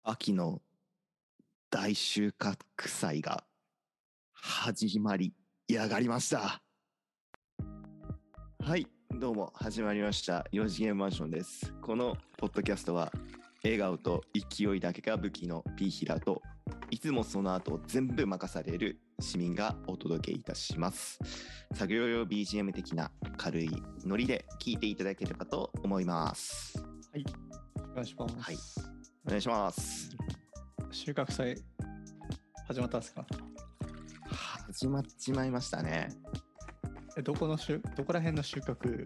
秋の大収穫祭が始まりやがりました。はい、どうも始まりました4次元マンションです。このポッドキャストは笑顔と勢いだけが武器のピーヒラといつもその後を全部任される市民がお届けいたします。作業用 BGM 的な軽いノリで聞いていただければと思います。 はい、お願いします。 はい、お願いします。 収穫祭始まったんですか？ 始まっちまいましたね。 どこら辺の収穫？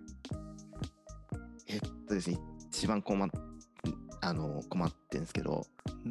ですね、一番困ってんですけど、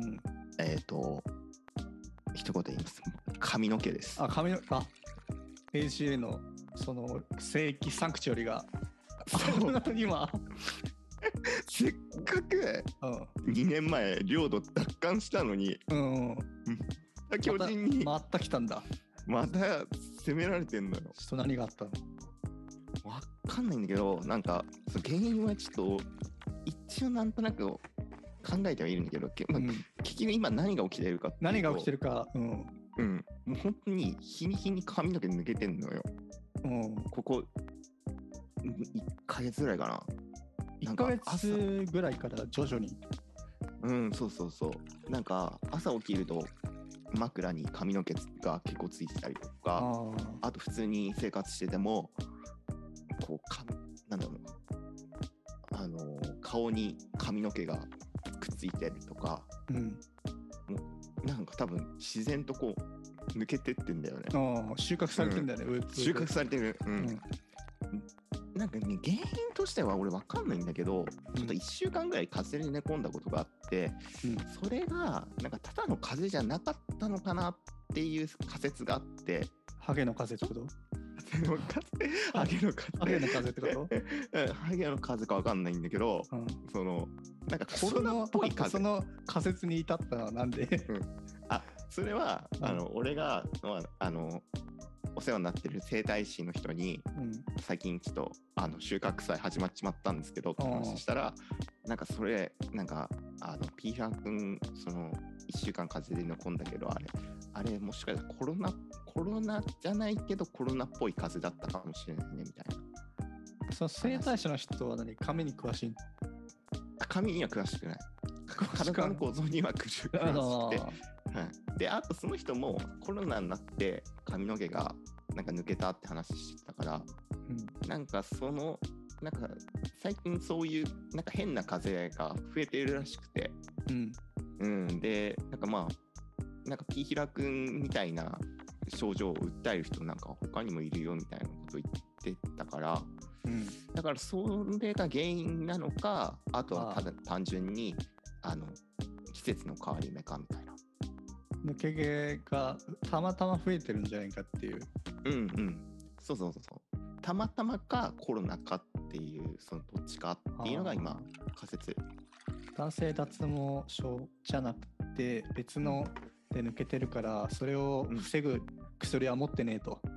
一言言います。髪の毛です。 AGA のその聖域サンクチュアリが今せっかく2年前領土奪還したのに、巨人にまた来たんだ。 また攻められてんのよ。 ちょっと何があったの？ わかんないんだけど、なんか原因はちょっと一応なんとなく考えてはいるんだけど、結局今何が起きてるかっていうと、 何が起きてるか、 もう本当に日に日に髪の毛抜けてんのよ。ここ1ヶ月ぐらいかな。 1ヶ月ぐらいから徐々に。 そうなんか朝起きると枕に髪の毛が結構ついてたりとか、あと普通に生活しててもこうなんだろう、顔に髪の毛がくっついてるとか、もうなんか多分自然とこう抜けてってんだよね。 収穫されてんだよね。 収穫されてる。なんかね、原因としては俺分かんないんだけど、ちょっと1週間ぐらい風邪で寝込んだことがあって、それがなんかただの風邪じゃなかったのかなっていう仮説があって。 ハゲの風邪ってこと？ ハゲの風ってことハゲの風か分かんないんだけど、そのなんかコロナっぽい風。 その仮説に至ったのはなんで？ それは俺がお世話になってる整体師の人に、最近ちょっと収穫祭始まっちまったんですけどって話したら、なんかそれなんかピーヒャー君その1週間風邪で残んだけど、あれもしかしたらコロナじゃないけどコロナっぽい風邪だったかもしれないねみたいな。 その整体師の人は髪に詳しい？ 髪には詳しくない。体の構造には詳しくて、であとその人もコロナになって髪の毛がなんか抜けたって話してたから、なんかなんか最近そういうなんか変な風邪が増えてるらしくて、でなんかなんかピーヒラ君みたいな症状を訴える人なんか他にもいるよみたいなことを言ってたから、だからそれが原因なのか、あとはただ単純に季節の変わり目かみたいな。 抜け毛がたまたま増えてるんじゃないかっていう。 そうたまたまかコロナかっていう、そのどっちかっていうのが今仮説。 男性脱毛症じゃなくて別ので抜けてるから、それを防ぐ薬は持ってねえと。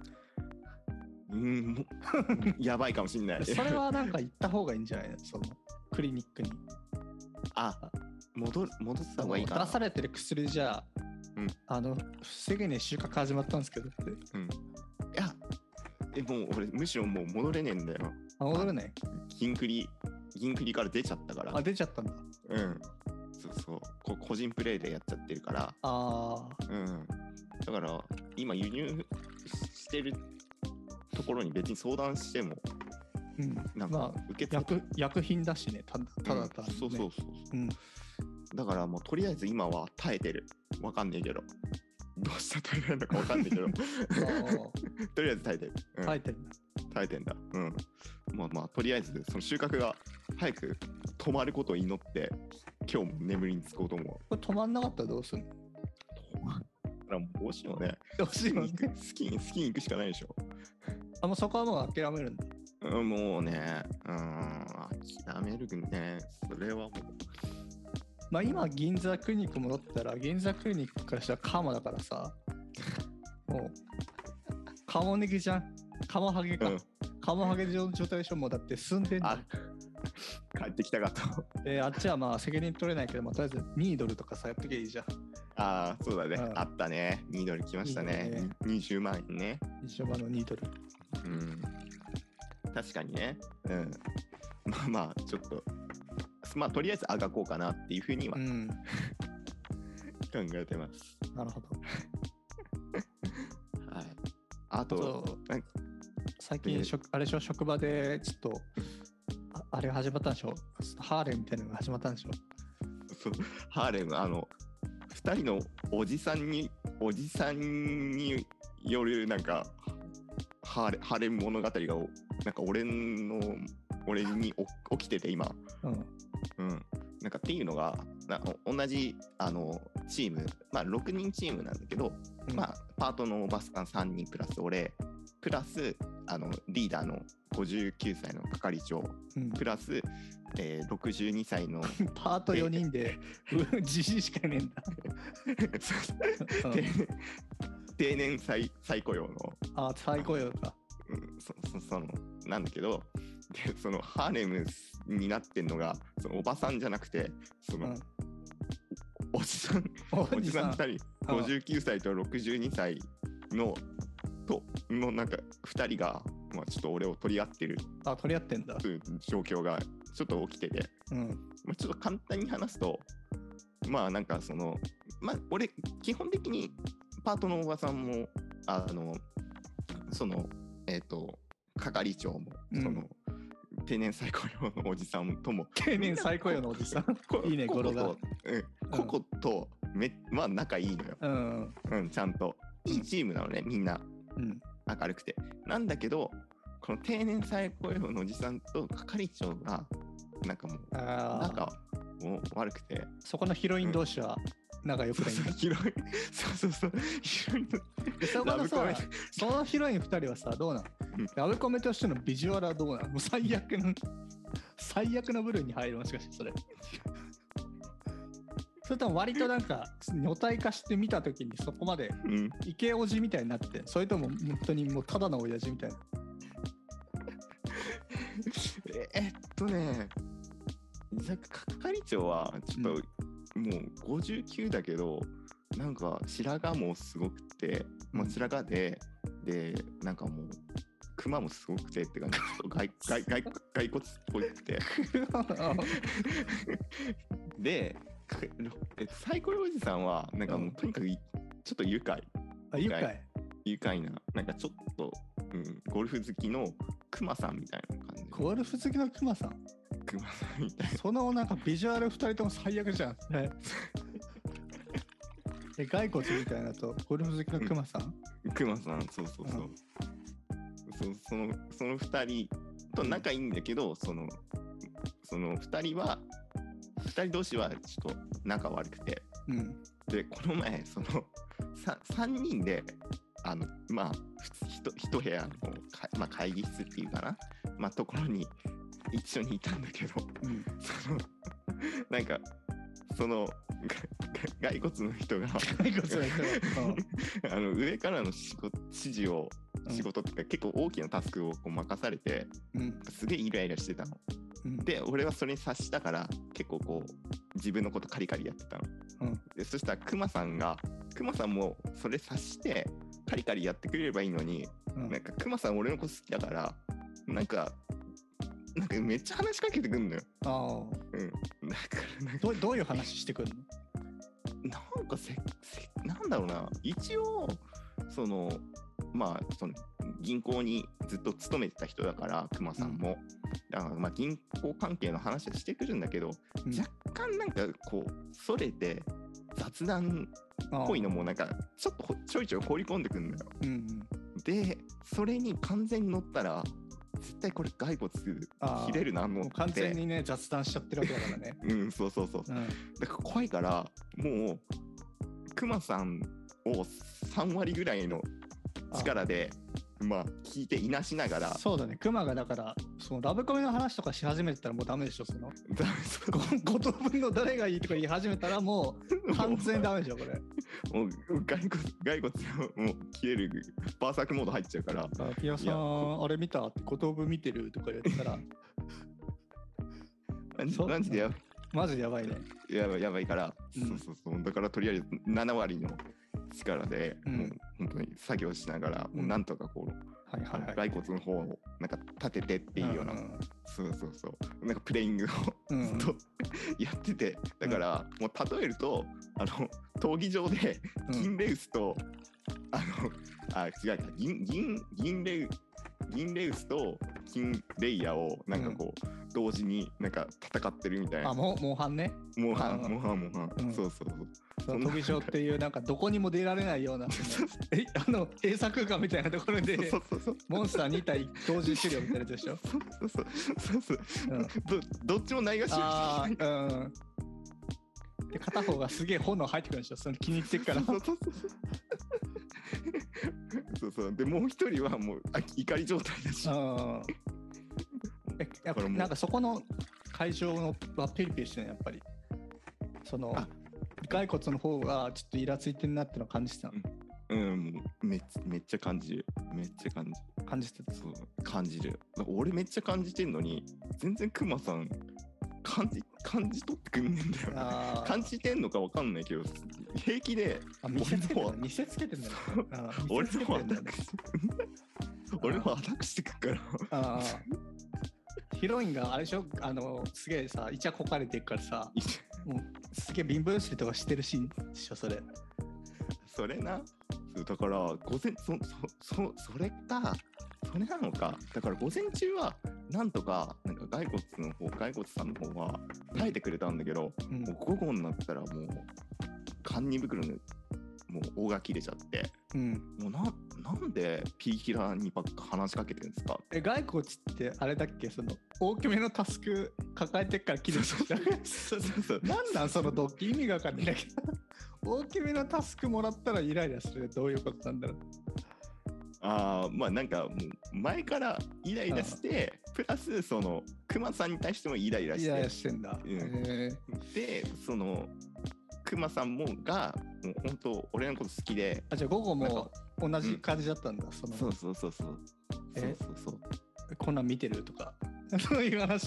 やばいかもしんない。 それはなんか行った方がいいんじゃないの？そのクリニックに。 戻った方がいいかな。 出されてる薬じゃ防げねえ収穫始まったんですけどって。 いやもう俺むしろもう戻れねえんだよ。 戻れない？ 銀栗から出ちゃったから。 出ちゃったんだ。 そう個人プレイでやっちゃってるから。だから今輸入してるところに別に相談しても、なんか受け薬品だしね、ただただ、ね。そう。 だからもうとりあえず今は耐えてる。わかんないけど。どうしたら耐えられるのかわかんないけど。とりあえず耐えてる。 耐えてんだ。 とりあえずその収穫が早く止まることを祈って今日も眠りにつこうと思う。これ止まんなかったらどうするの？ もうどうしようね。スキーに行くしかないでしょ。 もうそこはもう諦めるんだ。 もうね、諦めるね。それはもう。 今銀座クリニック戻ったら、銀座クリニックからしたらカモだからさ、もうカモネギじゃん。カモハゲか。カモハゲの状態でしょ。もうだって住んでんの。 カってきたかと。 あっちはまあ責任取れないけど、まあ、とりあえずニードルとかさやっときゃいいじゃん。 ああ、そうだね、あったね。ニードル来ましたね。 いいね 20万円ね。 20万のニードル。 うん。確かにね。うん。まあまあ、ちょっと、まあとりあえずあがこうかなっていうふうには、考えてます。 なるほど。 はい。あと、 最近あれでしょ、職場でちょっとあれが始まったんでしょ、ハーレムみたいなのが始まったんでしょ。 そう、ハーレム、2人のおじさんによるなんかハーレム物語がなんか俺に起きてて今、なんかっていうのが同じチーム、まあ6人チームなんだけど、まあパートのおばさん3人プラス俺プラスリーダーの59歳の係長、プラス、62歳のパート4人でじじいしかいねえんだ。 定年再雇用の。 再雇用か。 なんだけど、でそのハーレムになってんのがそのおばさんじゃなくてその、おじさん2人、59歳と62歳のなんか2人が、まあ、ちょっと俺を取り合ってる。 取り合ってんだ。 状況がちょっと起きてて、まあ、ちょっと簡単に話すと、まあなんかまあ俺基本的にパートのおばさんも係長も定年再雇用のおじさんとも定年再雇用のおじさんいいね語呂がココとまあ仲いいのよ、ちゃんといいチームなのね、みんな、明るくて。なんだけどこの定年再雇用のおじさんと係長がなんかもう仲悪くて、 そこのヒロイン同士は仲良くないんだ。 ヒロイン、そうヒロインのそのヒロイン2人はさどうなの、ラブコメとしてのビジュアルはどうなの。もう最悪の部類に入る。もしかしてそれそれとも割となんか女体化してみたときにそこまでイケオジみたいになって、それとも本当にもうただの親父みたいな。 係長はちょっともう59だけど、なんか白髪もすごくて、もう白髪でなんかもうクマもすごくてって感じ、ちょっと骸骨っぽくてで最高おじさんはなんかもうとにかくちょっと愉快な、なんかちょっと、ゴルフ好きのクマさんみたいな感じ。 ゴルフ好きのクマさんみたいな。 そのなんかビジュアル2人とも最悪じゃん。骸骨みたいなとゴルフ好きのクマさん、 そう、その2人と仲いいんだけど、その2人同士はちょっと仲悪くて、でこの前3人でまあ一部屋の、まあ、会議室っていうかな、まあ、ところに一緒にいたんだけど、なんか骸骨の人が上からの指示を仕事っていうか結構大きなタスクをこう任されて、すげえイライラしてたの、で俺はそれに察したから結構こう自分のことカリカリやってたの、でそしたらクマさんもそれ察してカリカリやってくれればいいのに、なんかクマさん俺のこと好きだからなんかめっちゃ話しかけてくんのよ。だからどういう話してくるの？ なんかなんだろうな、一応まあ銀行にずっと勤めてた人だからクマさんも、だからまあ銀行関係の話はしてくるんだけど、若干なんかこうそれて雑談っぽいのもなんかちょっとちょいちょい放り込んでくんだよ、でそれに完全に乗ったら絶対これ骸骨切れるなもう完全にね雑談しちゃってるわけだからね。 そう、だから怖いからもうクマさんを3割ぐらいの力でまあ聞いていなしながら。 そうだね、クマがだからそのラブコメの話とかし始めてたらもうダメでしょ。5等分の誰がいいとか言い始めたらもう完全にダメでしょこれ。 もう骸骨がもう切れるバーサークモード入っちゃうから。 ピアさんあれ見たって5等分見てるとか言ったらマジでやばい。 マジでやばいね。 やばいから、 うんそうだからとりあえず7割の力で、 うんもう本当に作業しながら、もうなんとかこう、 はいはいはい。 骸骨の方をなんか立ててっていうような、 んそうなんかプレイングをうんずっとやってて、だからもう例えると闘技場で銀レウスと、違うか、銀レウスと金レイヤーをなんかこう、同時になんか戦ってるみたいな。 モンハンね。 モンハン、そう。 その闘技場っていうなんかどこにも出られないような閉鎖空間みたいなところでモンスター2体同時狩猟みたいなやつでしょ。 そう、どっちもないがしろ。 で片方がすげえ炎入ってくるでしょ。その気に入ってるから。 そうでもう一人はもう怒り状態だし。 やっぱなんかそこの会場のはペリペリしてるやっぱりその骸骨の方がちょっとイラついてんなっての感じてたの。 もうめっちゃ感じる。 感じてた。 そう感じる。俺めっちゃ感じてんのに全然クマさん感じ取ってくんねえんだよ。感じてんのかわかんないけど平気で見せつけてんだよ。 俺もアタックしてくっから。 ヒロインがあれでしょ、すげえさイチャこかれてるからさ、もうすげえ貧乏ゆすりとかしてるシーンでしょそれ。 それな。だから午前それなのか。だから午前中はなんとかなんか骸骨さんの方は耐えてくれたんだけど、もう午後になったらもう堪忍袋のもう大が切れちゃって、もうなんでピーヒラにばっか話しかけてるんですか。 骸骨ってあれだっけ、その大きめのタスク抱えてっから切れちゃったそうなんそのドッキリ意味が分かんないんだけど大きめのタスクもらったらイライラする。どういうことなんだろう。 まあなんかもう前からイライラしてプラスそのクマさんに対してもイライラしてんだ。 でそのクマさんもがもう本当俺のこと好きで。 じゃあ午後も同じ感じだったんだ。 そうコナン見てるとかそういう話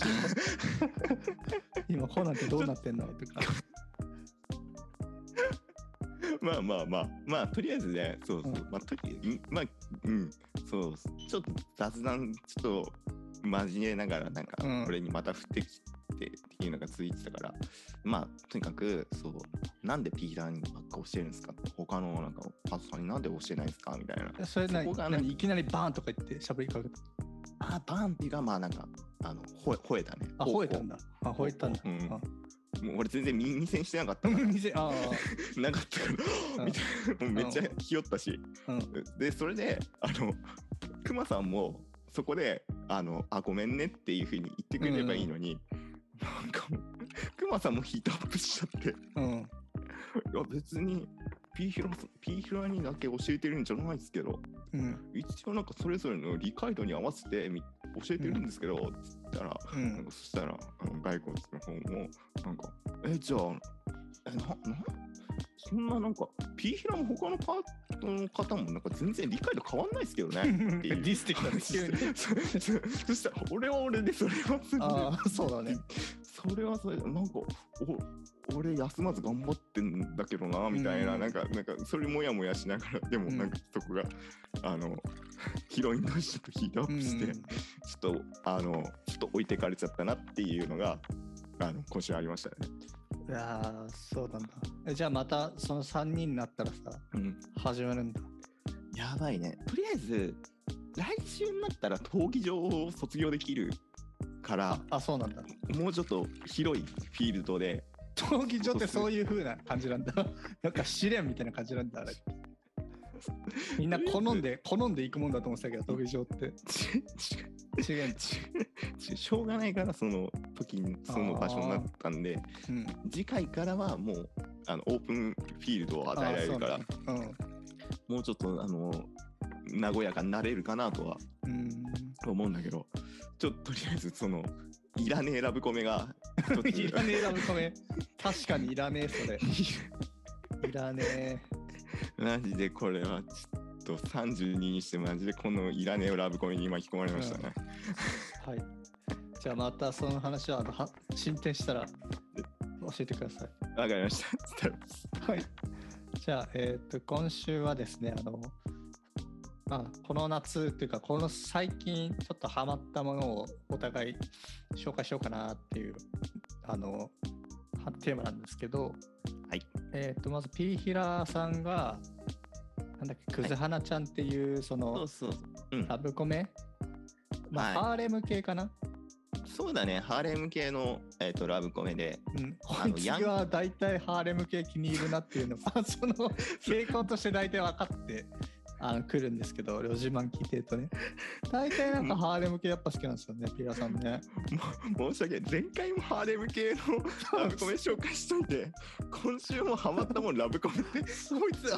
今コナンってどうなってんのとかまあとりあえずね、そう、ちょっと雑談ちょっと交えながらなんか俺にまた降ってきてっていうのがついてたから、まあとにかくなんでピーラーにばっか教えるんですか、他のなんかパートさんになんで教えないんですかみたいな。 それ何いきなりバーンとか言って喋りかけた。 バーンっていうかまあなんか吠えたね。 吠えたんだ。吠えたんだ。 もう俺全然見せしてなかったからなかったからみたいな。もうめっちゃひよったし、でそれでクマさんもそこでごめんねっていう風に言ってくれればいいのに、なんかもうクマさんもヒートアップしちゃって、いや別にピーヒラにだけ教えてるんじゃないですけど、一応なんかそれぞれの理解度に合わせて教えてるんですけど、つったら、なんかそしたら骸骨の方もなんかじゃあそんななんかピーヒラも他のパートの方もなんか全然理解度変わんないですけどねっていうディスってきたんですよねそしたら俺は俺でそれはそうだね。 それはそれなんか俺休まず頑張ってんだけどなみたいな、なんかそれもやもやしながら、でもなんかそこがヒロイン同士とヒートアップして、ちょっと置いてかれちゃったなっていうのが今週ありましたね。 いやそうなんだ。じゃあまたその3人になったらさ、始まるんだ。 やばいね。とりあえず来週になったら闘技場を卒業できるから、 そうなんだ。 もうちょっと広いフィールドで。 闘技場ってそういう風な感じなんだ。なんか試練みたいな感じなんだあれ。みんな好んでいくもんだと思ってたけど、闘技場ってしょうがないからその時にその場所になったんで、次回からはもうオープンフィールドを与えられるから、もうちょっと和やかになれるかなとは思うんだけど、とりあえずそのいらねえラブコメがいらねえラブコメ確かにいらねえそれいらねえマジでこれはちょっと32にしてマジでこのいらねえラブコメに巻き込まれましたね。 はい。 じゃあまたその話は進展したら教えてください。 わかりました。伝えます。 はい。じゃあ、今週はですね、この夏というか、この最近ちょっとハマったものをお互い紹介しようかなっていう、テーマなんですけど、 はい。 まず、ピーヒラさんが、なんだっけ、くずはなちゃんっていう、ラブコメ、ハーレム系かな。 そうだね、ハーレム系の、ラブコメで、 次は大体ハーレム系気に入るなっていうのがその傾向として大体分かって来るんですけど、両自慢聞いてるとね、大体なんかハーレム系やっぱ好きなんですよね、ピーラさんね。 申し訳ない、前回もハーレム系のラブコメ紹介しといて、今週もハマったもんラブコメってこいつは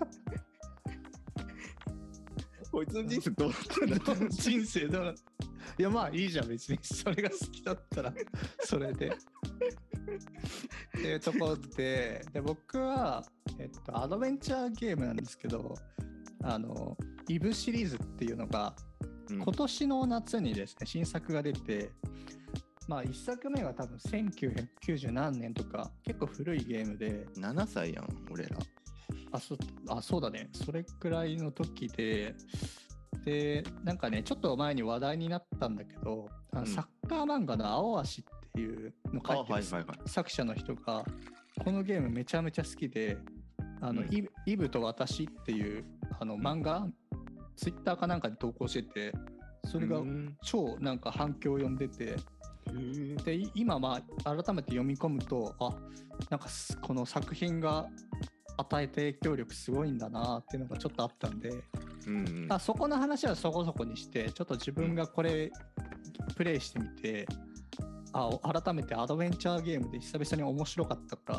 こいつの人生どうなったんだ人生どうなった。いやまあいいじゃん、別にそれが好きだったらそれでっていうところで、僕は、アドベンチャーゲームなんですけど、イブシリーズっていうのが、今年の夏にですね新作が出て、1作目が多分1990何年とか結構古いゲームで、 7歳やん俺ら。 そうだね、それくらいの時でなんかねちょっと前に話題になったんだけど、サッカー漫画の青足っていうの書いてる作者の人がこのゲームめちゃめちゃ好きで、イブと私っていう漫画、ツイッターかなんかで投稿してて、それが超なんか反響を呼んでて、で今改めて読み込むと、なんかこの作品が与えた影響力すごいんだなっていうのがちょっとあったんで、そこの話はそこそこにして、ちょっと自分がこれプレイしてみて、改めてアドベンチャーゲームで久々に面白かったから、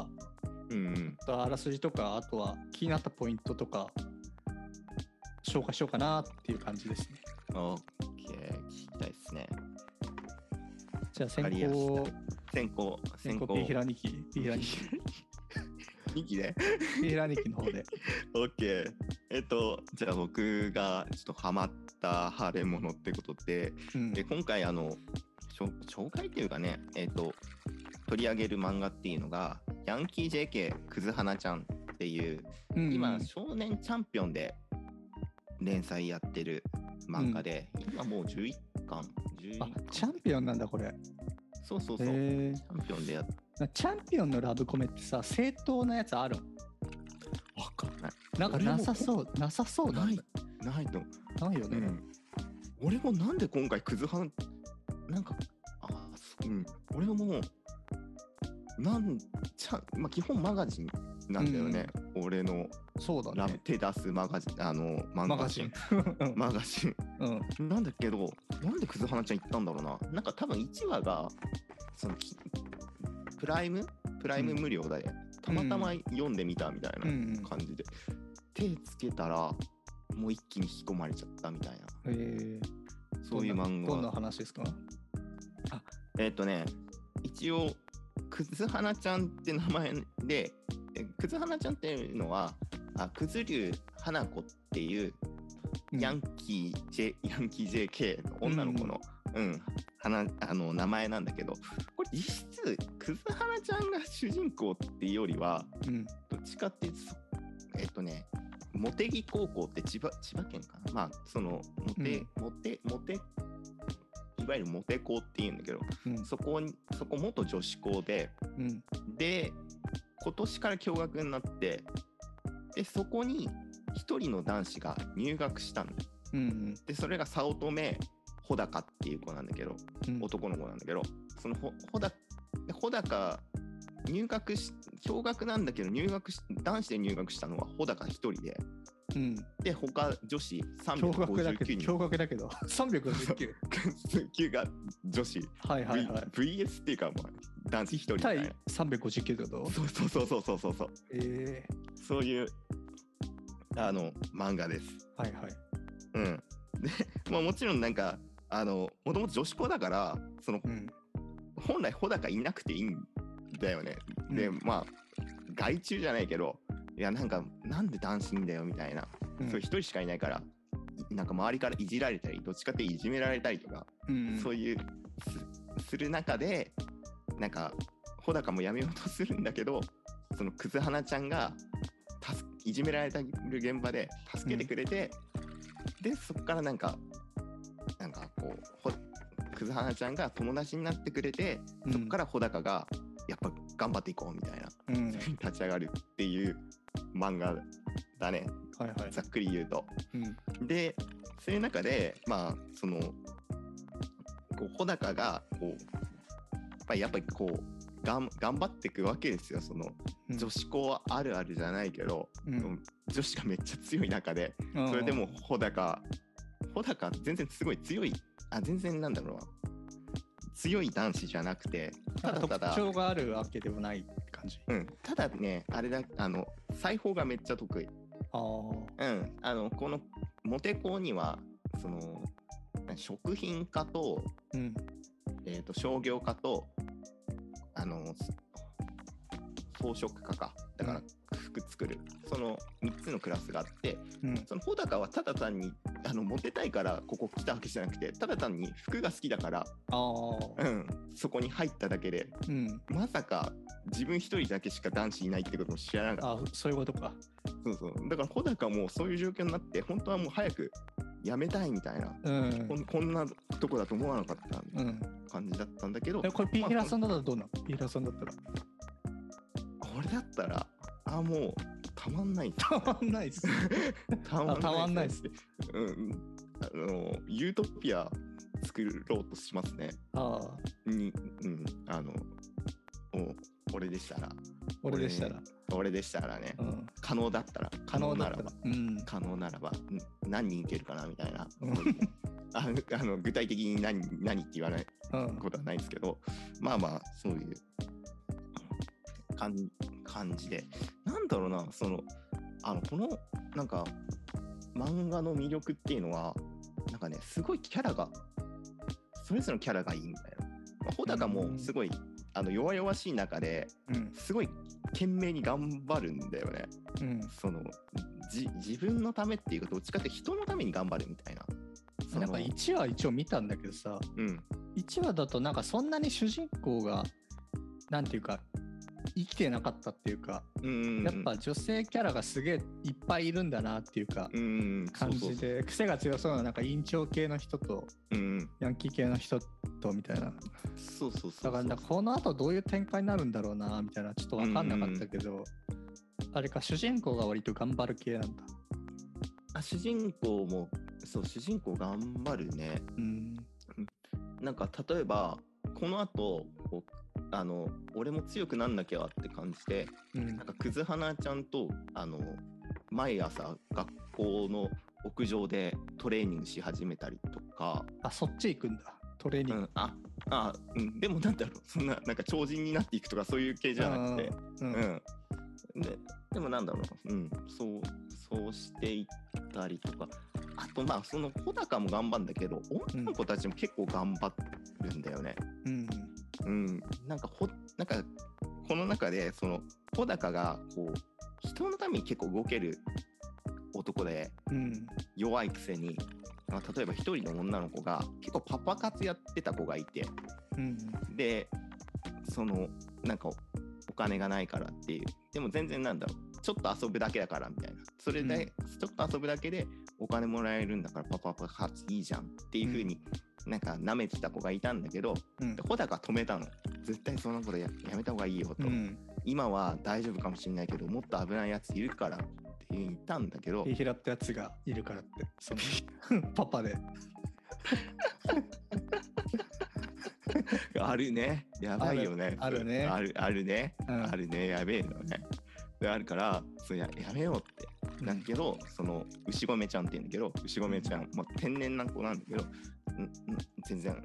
あらすじとか、あとは気になったポイントとか紹介しようかなっていう感じですね。 オッケー、聞きたいですね。 じゃあ先行ピーヒラ2期 2期でピーヒラ2期の方でオッケー。じゃあ僕がちょっとハマったハーレムものってことで、今回紹介というかね、取り上げる漫画っていうのがヤンキー JK くずはなちゃんっていう、今少年チャンピオンで連載やってる漫画で、今もう11巻。 チャンピオンなんだこれ。 そうチャンピオンでやって、 チャンピオンのラブコメってさ、正当なやつある？ わかんない。 なんかなさそうないと。 ないよね。 俺もなんで今回クズ派なんか俺ももう基本マガジンなんだよね。俺のそうだね。 手出すマガジンマガジンなんだけど、なんでクズ花ちゃん行ったんだろうな。なんか多分1話がそのプライム無料でたまたま読んでみたみたいな感じで、手つけたらもう一気に引き込まれちゃったみたいな、そういう漫画。 どんな話ですか？ 一応くずはなちゃんって名前で、くずはなちゃんっていうのはくずりゅう花子っていうヤンキー JK の女の子の、名前なんだけど、これ実質くずはなちゃんが主人公っていうよりは、どっちかっていうと茂木高校って千葉県かな、そのいわゆるモテ校っていうんだけど、そこ元女子校で、で今年から共学になって、でそこに一人の男子が入学したの、でそれが早乙女穂高っていう子なんだけど、男の子なんだけど、その穂高共学なんだけど男子で入学したのは穂高一人で、で他女子359人、 驚愕だけど 359が女子、VS っていうかもう男子一人みたいな、 対359ってこと？ そうそういう漫画です。で、もちろんなんかもともと女子校だから本来穂高いなくていいんだよね。で外注じゃないけど、いやなんで男子いいんだよみたいな、そう一人しかいないから、なんか周りからいじられたり、どっちかっていじめられたりとか、そういうする中でなんか穂高もやめようとするんだけど、そのクズ花ちゃんがいじめられてる現場で助けてくれて、でそこからなんかこうクズ花ちゃんが友達になってくれて、そこから穂高がやっぱ頑張っていこうみたいな、立ち上がるっていう漫画だね、 はいはい、 ざっくり言うと。でそういう中でまあそのこう穂高がこうやっぱりこう頑張っていくわけですよ。その女子校あるあるじゃないけど、女子がめっちゃ強い中で、それでも穂高全然すごい強い、全然なんだろうな、強い男子じゃなくて、 ただ特徴があるわけでもない感じ。 ただね、あれだ、裁縫がめっちゃ得意。このモテ校にはその食品科と、商業科と装飾科か、だから服作る、その3つのクラスがあって、その穂高はただ単にモテたいからここ来たわけじゃなくて、ただ単に服が好きだから、そこに入っただけで、まさか自分一人だけしか男子いないってことも知らなかった。 そういうことか。 そうだから穂高もそういう状況になって、本当はもう早く辞めたいみたいな、こんなとこだと思わなかった感じだったんだけど、 これピーヒラさんだったらどうなの？ピーヒラさんだったら俺だったらもうたまんないっす。 たまんないっす。たまんないっす。 ユートピア作ろうとしますね。俺でしたらね、可能だったら、可能ならば、何人いけるかなみたいな。具体的に何って言わないことはないですけど、まあまあそういう感じで、なんだろうな、そのこのなんか漫画の魅力っていうのは、なんかね、すごいキャラがそれぞれのキャラがいいんだよ。穂高もすごい弱々しい中ですごい懸命に頑張るんだよね。その自分のためっていうか、どっちかって人のために頑張るみたいな。 なんか1話一応見たんだけどさ、1話だとなんかそんなに主人公がなんていうか生きてなかったっていうか、やっぱ女性キャラがすげえいっぱいいるんだなっていうか感じで、癖が強そうななんか院長系の人とヤンキー系の人とみたいな。だからこの後どういう展開になるんだろうなみたいな、ちょっと分かんなかったけど、あれか、主人公が割と頑張る系なんだ。 主人公頑張るね。なんか例えばこの後俺も強くなんなきゃって感じで、なんかクズ花ちゃんと毎朝学校の屋上でトレーニングし始めたりとか。 そっち行くんだ、トレーニング。 でもなんだろう、そんななんか超人になっていくとかそういう系じゃなくて、でもなんだろうな、そうしていったりとか、あとまあその穂高も頑張るんだけど、女の子たちも結構頑張るんだよね。なんかこの中でその穂高がこう人のために結構動ける男で、弱いくせに、例えば一人の女の子が結構パパ活やってた子がいて、でそのなんかお金がないからっていう、でも全然なんだろう、ちょっと遊ぶだけだからみたいな、それでちょっと遊ぶだけでお金もらえるんだからパパ活いいじゃんっていう風になんか舐めてた子がいたんだけど、穂高止めたの。絶対そんなこと やめた方がいいよと、今は大丈夫かもしれないけどもっと危ないやついるからって言ったんだけど、 ピーヒラってやつがいるからって、そのパパであるね、やばいよね。 あるね、 あるね、やべえのね。であるからやめようってだけど、その牛込ちゃんって言うんだけど、牛込ちゃん、天然な子なんだけど、全然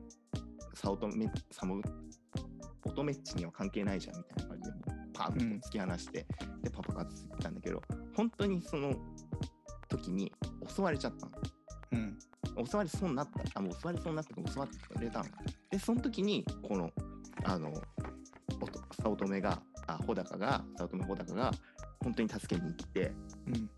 乙女っちには関係ないじゃんみたいな感じでパンと突き放して、でパパ活ってたんだけど、本当にその時に襲われちゃったの。襲われそうになったか襲われたの。でその時にこの早乙女が穂高が本当に助けに行って、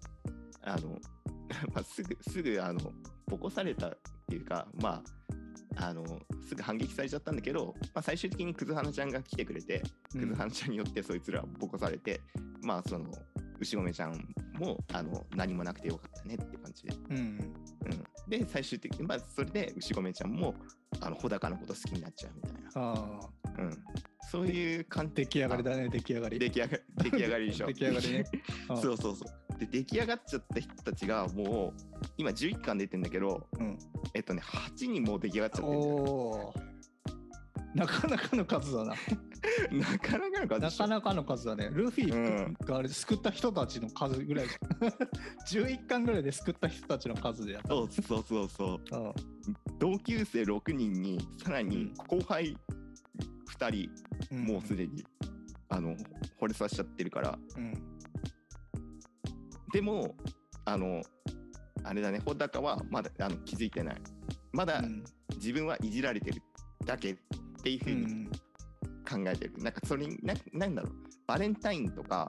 すぐボコされたっていうか、 すぐ反撃されちゃったんだけど、まあ、最終的にクズハナちゃんが来てくれて、クズハナちゃんによってそいつらボコされて、まあその牛込ちゃんも何もなくてよかったねって感じで、で最終的に、まあ、それで牛込ちゃんも穂高のこと好きになっちゃうみたいな、そういう出来上がりだね。出来上がりでしょ。出来上がりね。 そうで出来上がっちゃった人たちがもう今11巻出てんだけど、8人もう出来上がっちゃってるんだよ。 なかなかの数だな。 なかなかの数でしょ。 なかなかの数だね。ルフィがあれ救った人たちの数ぐらいじゃん。11巻ぐらいで救った人たちの数でやった。 そう同級生6人にさらに後輩2人、もうすでに惚れさせちゃってるから、でもあれだね、穂高はまだ気づいてない。まだ自分はいじられてるだけっていうふうに考えてる。なんかそれになんだろう、バレンタインとか、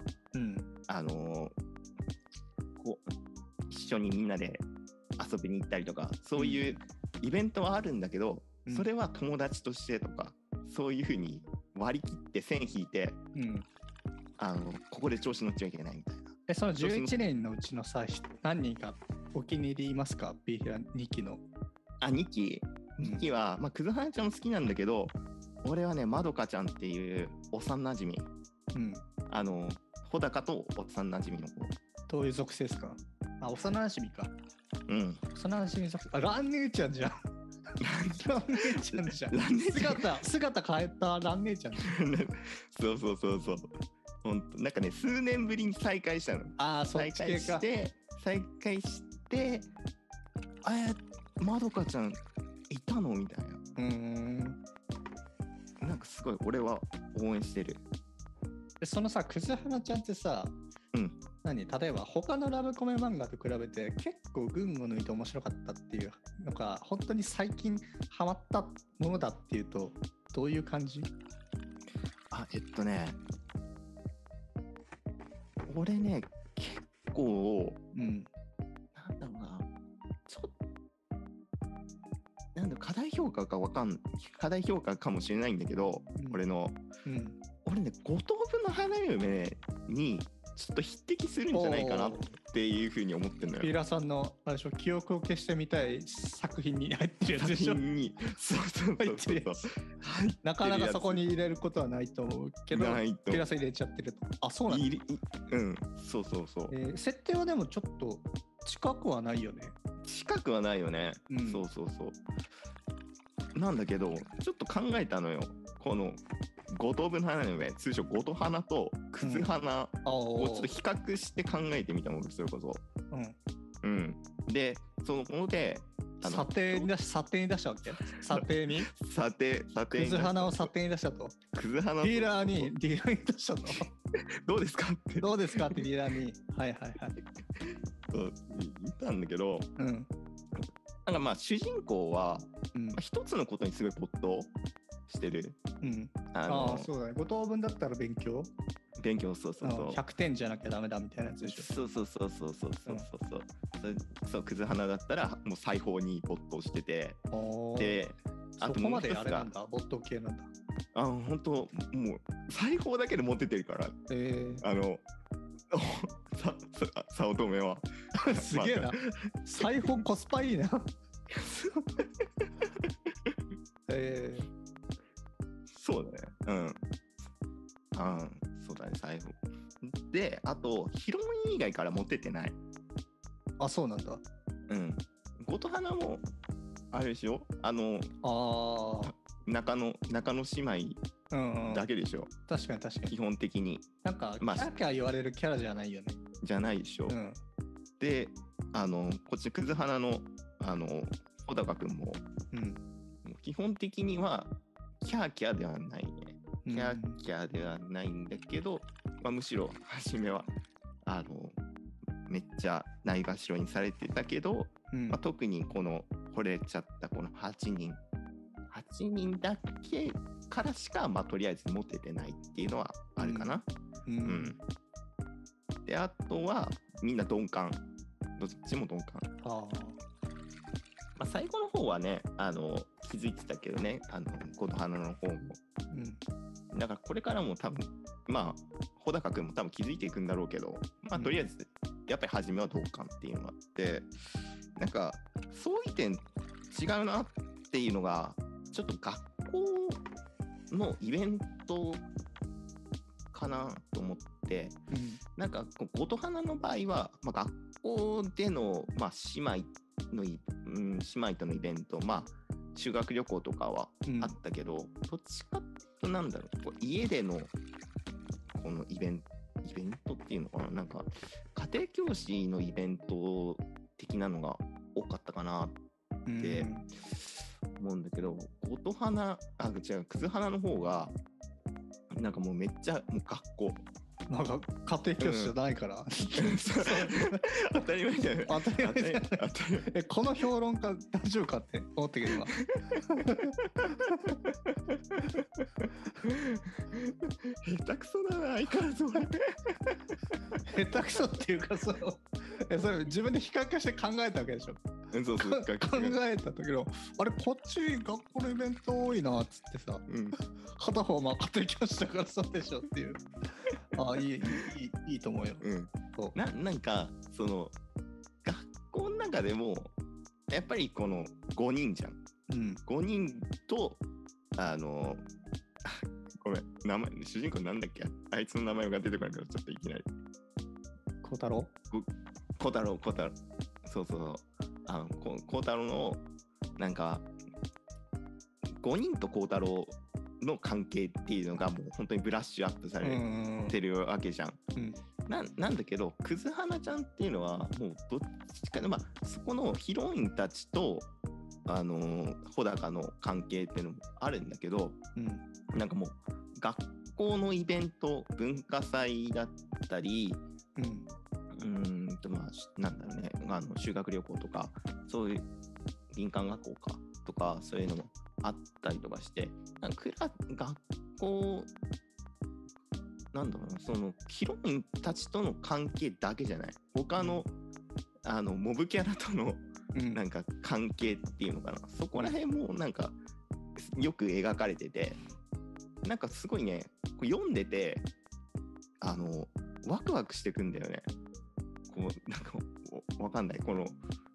こう一緒にみんなで遊びに行ったりとか、そういうイベントはあるんだけど、それは友達としてとか、そういうふうに割り切って線引いて、ここで調子乗っちゃいけないみたいな。 その11人のうちのさ、何人かお気に入りいますか？ B 平2期の。 2期は、まあ、クズハナちゃんも好きなんだけど、俺はね、まどかちゃんっていう幼なじみ、穂高と幼なじみの子。 どういう属性ですか？幼なじみか。幼なじみ属性。ラン姉ちゃんじゃん。ラン姉ちゃんじゃん。姿変えたラン姉ちゃんじゃん。 そう。なんかね、数年ぶりに再会したの。 そっち系か。 再会して、まどかちゃんいたのみたいな。なんかすごい俺は応援してる。 そのさ、クズハナちゃんってさ、例えば他のラブコメ漫画と比べて結構群を抜いて面白かったっていうのが本当に最近ハマったものだっていうとどういう感じ？ 俺ね、結構、なんだろうな、ちょっとなんだ、過大評価かもしれないんだけど、俺ね、五等分の花嫁にちょっと匹敵するんじゃないかなっていうふうに思ってんのよ。 ピーラーさんの記憶を消してみたい作品に入ってるやつでしょ。 そうなかなかそこに入れることはないと思うけど、ピーラーさん入れちゃってると。そうなんだ。 そう。 設定はでもちょっと近くはないよね。 なんだけど、ちょっと考えたのよ。この五等分の花嫁、通称五等花とクズ花をちょっと比較して考えてみたもの、それこそ。で、そのもので、 査定に出したわけ？査定にクズ花を査定に出したと。 クズ花ディーラーに出したと。 どうですかって。 ディーラーに。 そう言ったんだけど、なんかまあ主人公は一つのことにすごい没頭してる。 そうだね。5等分だったら勉強、 そう。 100点じゃなきゃダメだみたいなやつでしょ。 そう、クズ花だったらもう裁縫に没頭してて、で、 あともう一つが、そこまであれなんだ、没頭系なんだ。 本当もう裁縫だけで持っててるから。早乙女はすげえな。裁縫コスパいいな。 そうだね。そうだね、裁縫。で、あと、ヒロイン以外から持ってってない。 そうなんだ。 ゴトハナも、あれでしょ？中野姉妹だけでしょ。 確かに。 基本的に。 なんか、キャーキャー言われるキャラじゃないよね。 じゃないでしょ。で、こっちクズハナの、穂高くんも、基本的には、キャーキャーではないね。キャーキャーではないんだけど、むしろ初めはめっちゃないがしろにされてたけど、特にこの惚れちゃったこの8人だけからしか、とりあえずモテてないっていうのはあるかな。で、あとはみんな鈍感。どっちも鈍感。最後の方はね、 気づいてたけどね、琴花の方も。だからこれからも多分、まあ、穂高君も多分気づいていくんだろうけど、まあ、とりあえず、やっぱり初めは同感っていうのがあって、なんか、相違点違うなっていうのが、ちょっと学校のイベントかなと思って、なんか、琴花の場合は、まあ、学校での、まあ、姉妹とのイベント、まあ、修学旅行とかはあったけど、どっちかっていうとなんだろう、家でのこのイベントっていうのかな、なんか家庭教師のイベント的なのが多かったかなって思うんだけど、琴花、葛花の方がなんかもうめっちゃもう学校。 なんか家庭教師じゃないから、 当たり前じゃない。 当たり前じゃない。この評論家大丈夫かって思ったけど今下手くそだな相変わらず俺。 下手くそっていうかそれ自分で比較して考えたわけでしょ。 そう考えた時のあれこっち学校のイベント多いなっつってさ、片方まあ家庭教師だからそうでしょっていう。いいと思うよ。 なんかその学校の中でもやっぱりこの5人じゃん。5人とごめん名前主人公なんだっけ、あいつの名前が出てこないからちょっといきなり。 孝太郎。 そう孝太郎のなんか5人と孝太郎の関係っていうのがもう本当にブラッシュアップされてるわけじゃん。なんだけど葛花ちゃんっていうのはもうどっちかで、まあ、そこのヒロインたちと穂高の関係っていうのもあるんだけど、なんかもう学校のイベント文化祭だったり、まあなんだろうね、修学旅行とかそういう林間学校かとかそういうのもあったりとかして、学校なんだろうな、そのヒロインたちとの関係だけじゃない、他のモブキャラとのなんか関係っていうのかな、そこら辺もなんかよく描かれてて、なんかすごいね読んでてワクワクしてくんだよね。こうなんかわかんない、この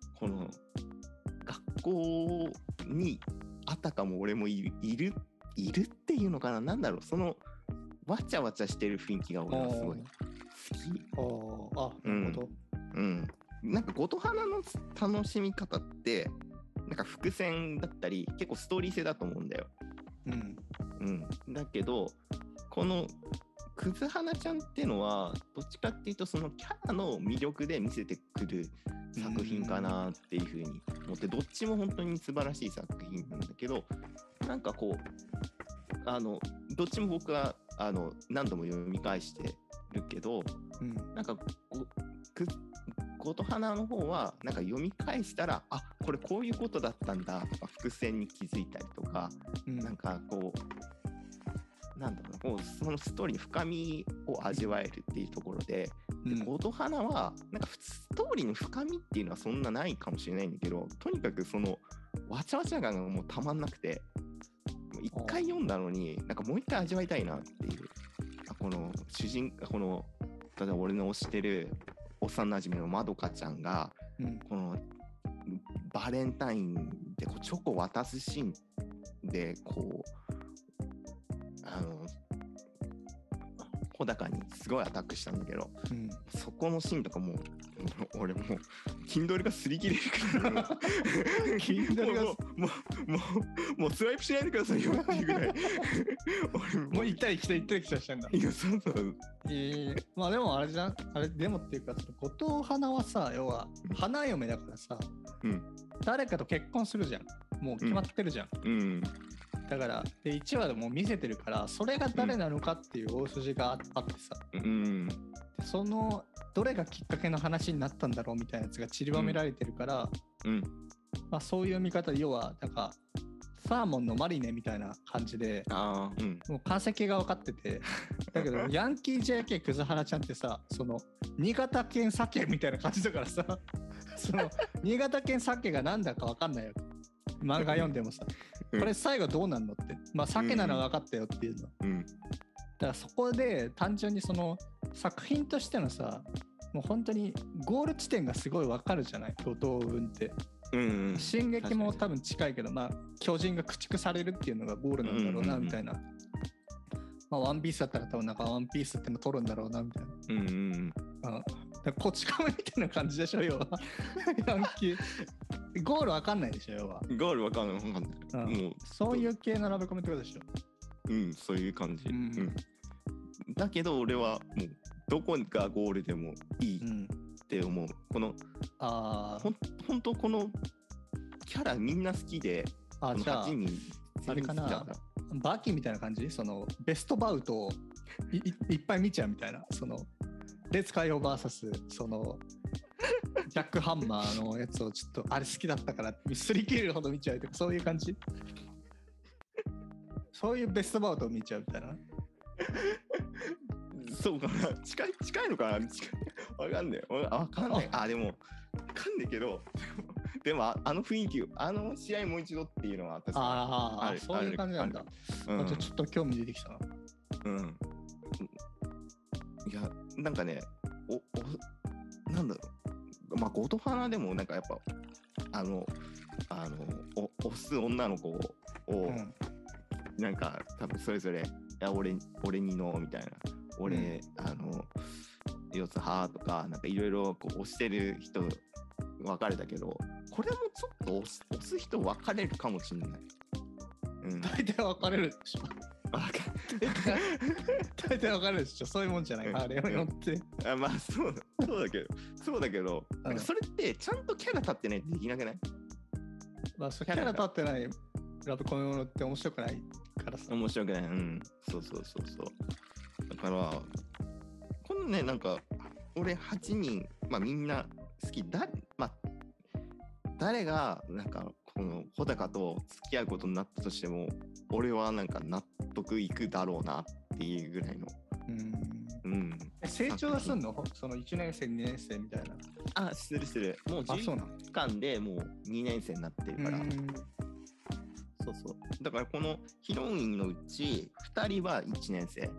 学校にあたかも俺もいるっていうのかな、なんだろう、そのわちゃわちゃしてる雰囲気が俺はすごい好き。 なるほど。 なんか琴花の楽しみ方ってなんか伏線だったり結構ストーリー性だと思うんだよ。だけどこの葛花ちゃんっていうのはどっちかっていうとそのキャラの魅力で見せてくる作品かなっていうふうに思って、どっちも本当に素晴らしい作品なんだけど、なんかこうどっちも僕は何度も読み返してるけど、なんか琴花の方はなんか読み返したらこれこういうことだったんだとか伏線に気づいたりとか、なんかこうなんだろうな、そのストーリーに深みを味わえるっていうところで、琴花はなんかストーリーの深みっていうのはそんなないかもしれないんだけど、とにかくそのわちゃわちゃ感がもうたまんなくて、一回読んだのになんかもう一回味わいたいなっていう、この例えば俺の推してる幼馴染のまどかちゃんが、このバレンタインでチョコ渡すシーンでこう穂高にすごいアタックしたんだけど、そこのシーンとかも俺もう Kindle が擦り切れるからKindle がもうスワイプしないでくださいよっていうぐらい俺もう行ったり来たしたんだ。 いやそうまあでもあれじゃん、あれでもっていうか琴花はさ、要は花嫁だからさ、誰かと結婚するじゃん、もう決まってるじゃん。だからで1話でもう見せてるから、それが誰なのかっていう大筋があってさ、でそのどれがきっかけの話になったんだろうみたいなやつが散りばめられてるから、まあ、そういう見方で要はなんかサーモンのマリネみたいな感じで、もう完成形が分かっててだけどヤンキー JK 葛花ちゃんってさ、その新潟県鮭みたいな感じだからさその新潟県鮭がなんだか分かんないよ、漫画読んでもさこれ最後どうなんのって、まあ鮭なら分かったよっていうの、だからそこで単純にその作品としてのさ、もう本当にゴール地点がすごい分かるじゃない、五等分って。進撃も多分近いけど、まあ巨人が駆逐されるっていうのがゴールなんだろうなみたいな、まあワンピースだったら多分なんかワンピースっての取るんだろうなみたいな、こち亀みたいな感じでしょ要はヤンキーゴール分かんないでしょ要は。 ゴール分かんない、 もうそういう系のラブコメってことでしょ。 そういう感じ、だけど俺はもうどこがゴールでもいいって思う、この本当このキャラみんな好きで、 じゃあ 8人あれかな、バキみたいな感じ、そのベストバウトを いっぱい見ちゃうみたいな、そのレッツカイオーバーサス、そのジャックハンマーのやつをちょっとあれ好きだったからすり切れるほど見ちゃうとか、そういう感じそういうベストバウトを見ちゃうみたいなそうかな、近いのかな、わかんない。でもわかんないけど、でもあの雰囲気、あの試合もう一度っていうのは確かにそういう感じなんだ。じゃあちょっと興味出てきたな。 いやなんかね、なんだろう、まあゴトファナでもなんかやっぱ押す女の子を、なんか多分それぞれ俺にのみたいな、俺、四つ葉とかなんかいろいろ押してる人分かれたけど、これもちょっと押す人分かれるかもしれない。 大体分かれるでしょ大体分かれるでしょ、そういうもんじゃない、あれを乗って。 まあそうだけど、なんかそれってちゃんとキャラ立ってないとできなくない？ まあキャラ立ってないラブコメものって面白くないからさ。 面白くない。そうだからこのね、なんか俺8人、まあみんな好きだ、まあ誰がなんかこの穂高と付き合うことになったとしても、俺はなんか納得いくだろうなっていうぐらいの。 成長はすんの？その1年生2年生みたいな。 する。もう10巻でもう2年生になってるから。そうだからこのヒロインのうち2人は1年生。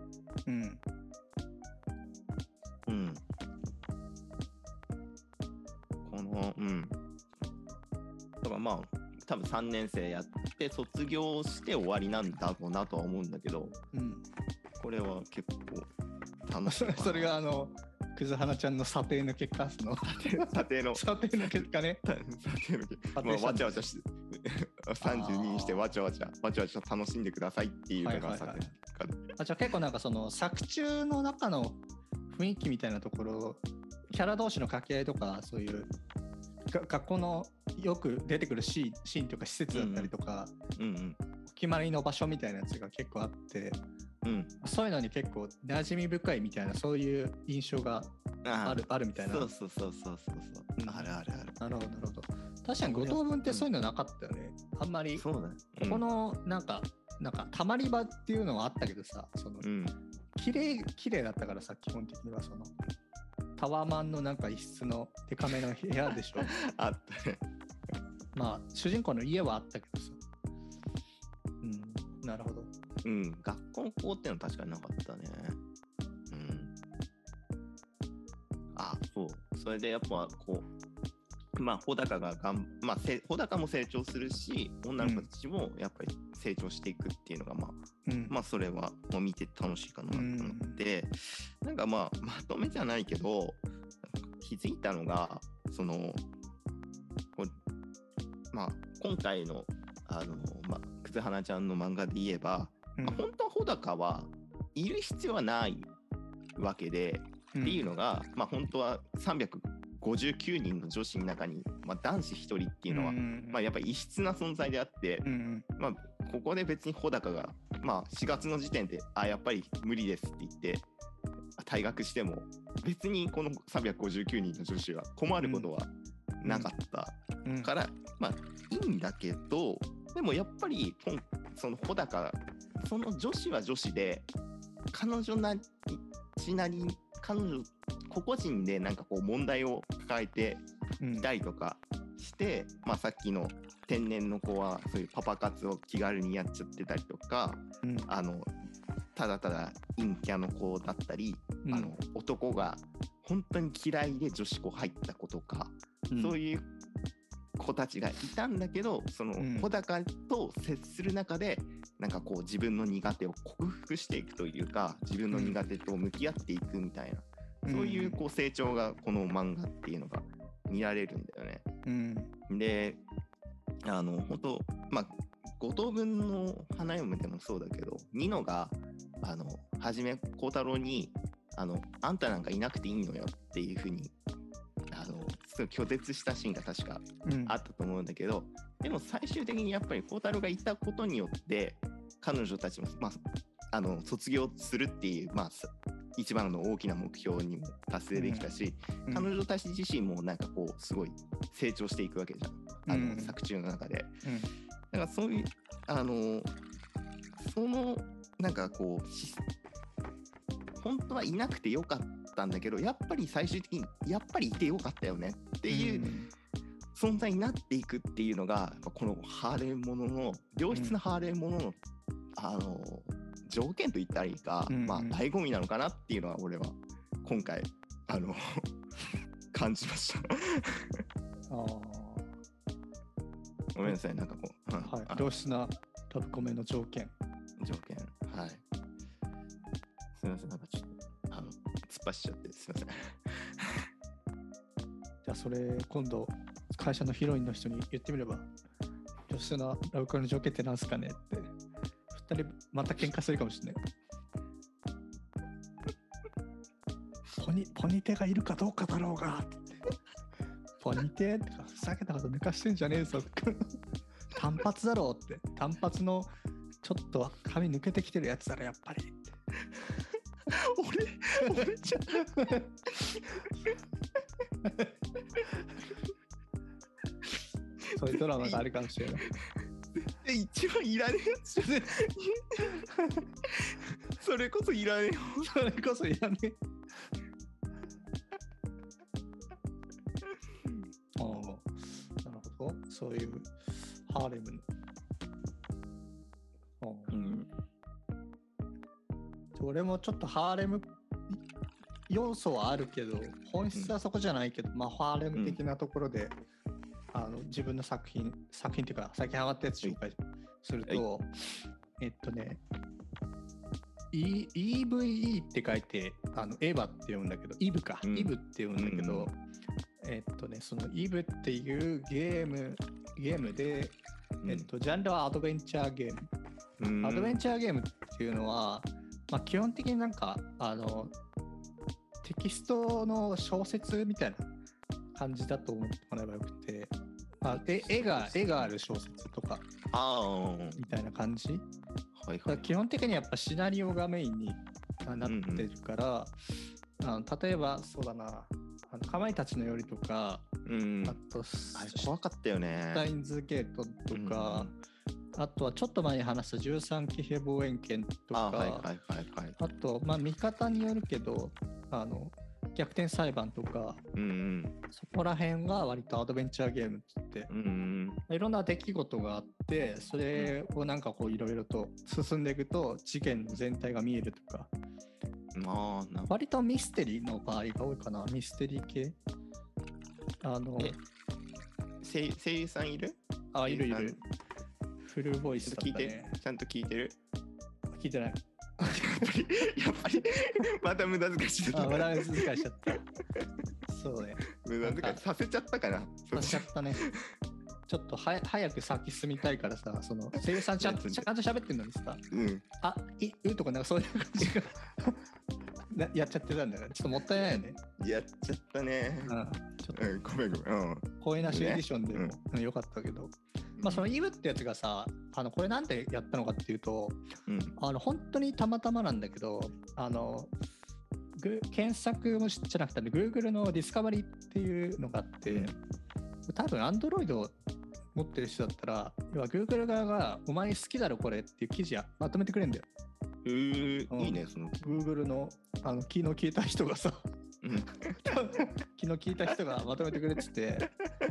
だからまあ多分3年生やって卒業して終わりなんだろうなとは思うんだけど、これは結構楽しいそれがくずはなちゃんの査定の結果、 査定の結果ね。 わちゃわちゃして32にしてわちゃわちゃ楽しんでくださいっていうのが査定。 じゃあ結構なんかその作中の中の雰囲気みたいなところ、キャラ同士の掛け合いとか、そういう学校のよく出てくるシーンとか施設だったりとか、お決まりの場所みたいなやつが結構あって、そういうのに結構馴染み深いみたいな、そういう印象があるみたいな。 そうある。なるほど。確かに五等分ってそういうのなかったよね、あんまり。 そうだね。 このなんかたまり場っていうのはあったけどさ、その綺麗だったからさ、基本的にはそのタワーマンのなんか一室のデカめの部屋でしょあったね。 まあ主人公の家はあったけどさ。なるほど。 学校の校ってのは確かになかったね。そう。それでやっぱこう、まあ穂高が穂高も成長するし、女の子たちもやっぱり成長していくっていうのがまあそれはもう見て楽しいかなと思って、なんかまとめじゃないけど気づいたのが、その今回のくずはなちゃんの漫画で言えば、本当は穂高はいる必要はないわけで、っていうのが、本当は359人の女子の中に、男子1人っていうのは、やっぱり異質な存在であって、ここで別に穂高が、4月の時点でやっぱり無理ですって言って退学しても別にこの359人の女子は困ることはなかったから、いいんだけど、でもやっぱりその穂高、その女子は女子で彼女個々人でなんかこう問題を抱えていたりとかして、まあ、さっきの天然の子はそういうパパ活を気軽にやっちゃってたりとか、ただただ陰キャの子だったり、男が本当に嫌いで女子校入った子とか、そういう子たちがいたんだけど、その小高と接する中でなんかこう自分の苦手を克服していくというか、自分の苦手と向き合っていくみたいな、そういうこう成長がこの漫画っていうのが見られるんだよね。で、本当まあ五等分の花嫁でもそうだけど、ニノがはじめ孝太郎にあんたなんかいなくていいのよっていう風にすごい拒絶したシーンが確かあったと思うんだけど、でも最終的にやっぱり孝太郎がいたことによって彼女たちも、卒業するっていう、一番の大きな目標にも達成できたし、彼女たち自身もなんかこうすごい成長していくわけじゃん、作中の中で。だからそういうそのなんかこう本当はいなくてよかったんだけど、やっぱり最終的にやっぱりいてよかったよねっていう存在になっていくっていうのが、このハーレーものの良質なハーレーものの条件と言ったらいいか、醍醐味なのかなっていうのは俺は今回感じましたごめんなさい、なんかこう、 良質なラブコメの条件、 はい、すみません、なんかちょっと突っ走っちゃってすみませんじゃあそれ今度会社のヒロインの人に言ってみれば、良質なラブコメの条件ってなんすかねって2人また喧嘩するかもしれないポニテがいるかどうかだろうがってポニテとかふざけたこと抜かしてんじゃねえぞ単発だろうって、単発のちょっと髪抜けてきてるやつだろやっぱりって俺じゃそういうドラマがあるかもしれない一番いらねえやつじゃねそれこそいらねえそれこそいらねえなるほど、そういうハーレム俺もちょっとハーレム要素はあるけど本質はそこじゃないけど、ハーレム的なところで、自分の作品っていうか最近上がったやつ紹介すると、EVE って書いてエヴァって読むんだけど、イブか、イブって読むんだけど、そのイブっていうゲームで、ジャンルはアドベンチャーゲーム、アドベンチャーゲームっていうのは、基本的になんかテキストの小説みたいな感じだと思ってもらえばよくて、絵がある小説とかみたいな感じ、基本的にやっぱシナリオがメインになってるから、例えばそうだな、かまいたちの夜とか、あと怖かったよね、 スタインズゲートとか、あとはちょっと前に話した13騎兵望遠鏡とか、あと見方によるけど逆転裁判とか、そこら辺が割とアドベンチャーゲームって言って、いろんな出来事があって、それをなんかこういろいろと進んでいくと事件の全体が見えるとか、割とミステリーの場合が多いかな。ミステリー系声優さんいる？ いるフルボイスだったね。 ちゃんと聞いてる？ 聞いてない。 やっぱりまた無駄遣いしちゃった。 無駄遣いしちゃった。そうね。 無駄遣いさせちゃったかな。 させちゃったね。ちょっと早く先進みたいからさ、その声優さんちゃんと喋ってるのにさ、とかなんかそういう感じがやっちゃってたんだから、ちょっともったいないよね。 やっちゃったね。 ちょっとごめん。 声なしエディションでもよかったけど。そのイブってやつがさ、これなんでやったのかっていうと、本当にたまたまなんだけど、検索もじゃなくて Google のディスカバリーっていうのがあって、多分 Android 持ってる人だったら、要は Google 側がお前好きだろこれっていう記事まとめてくれるんだよ。 いいね、その Google の気の利いた人がさ気の利いた人がまとめてくれてて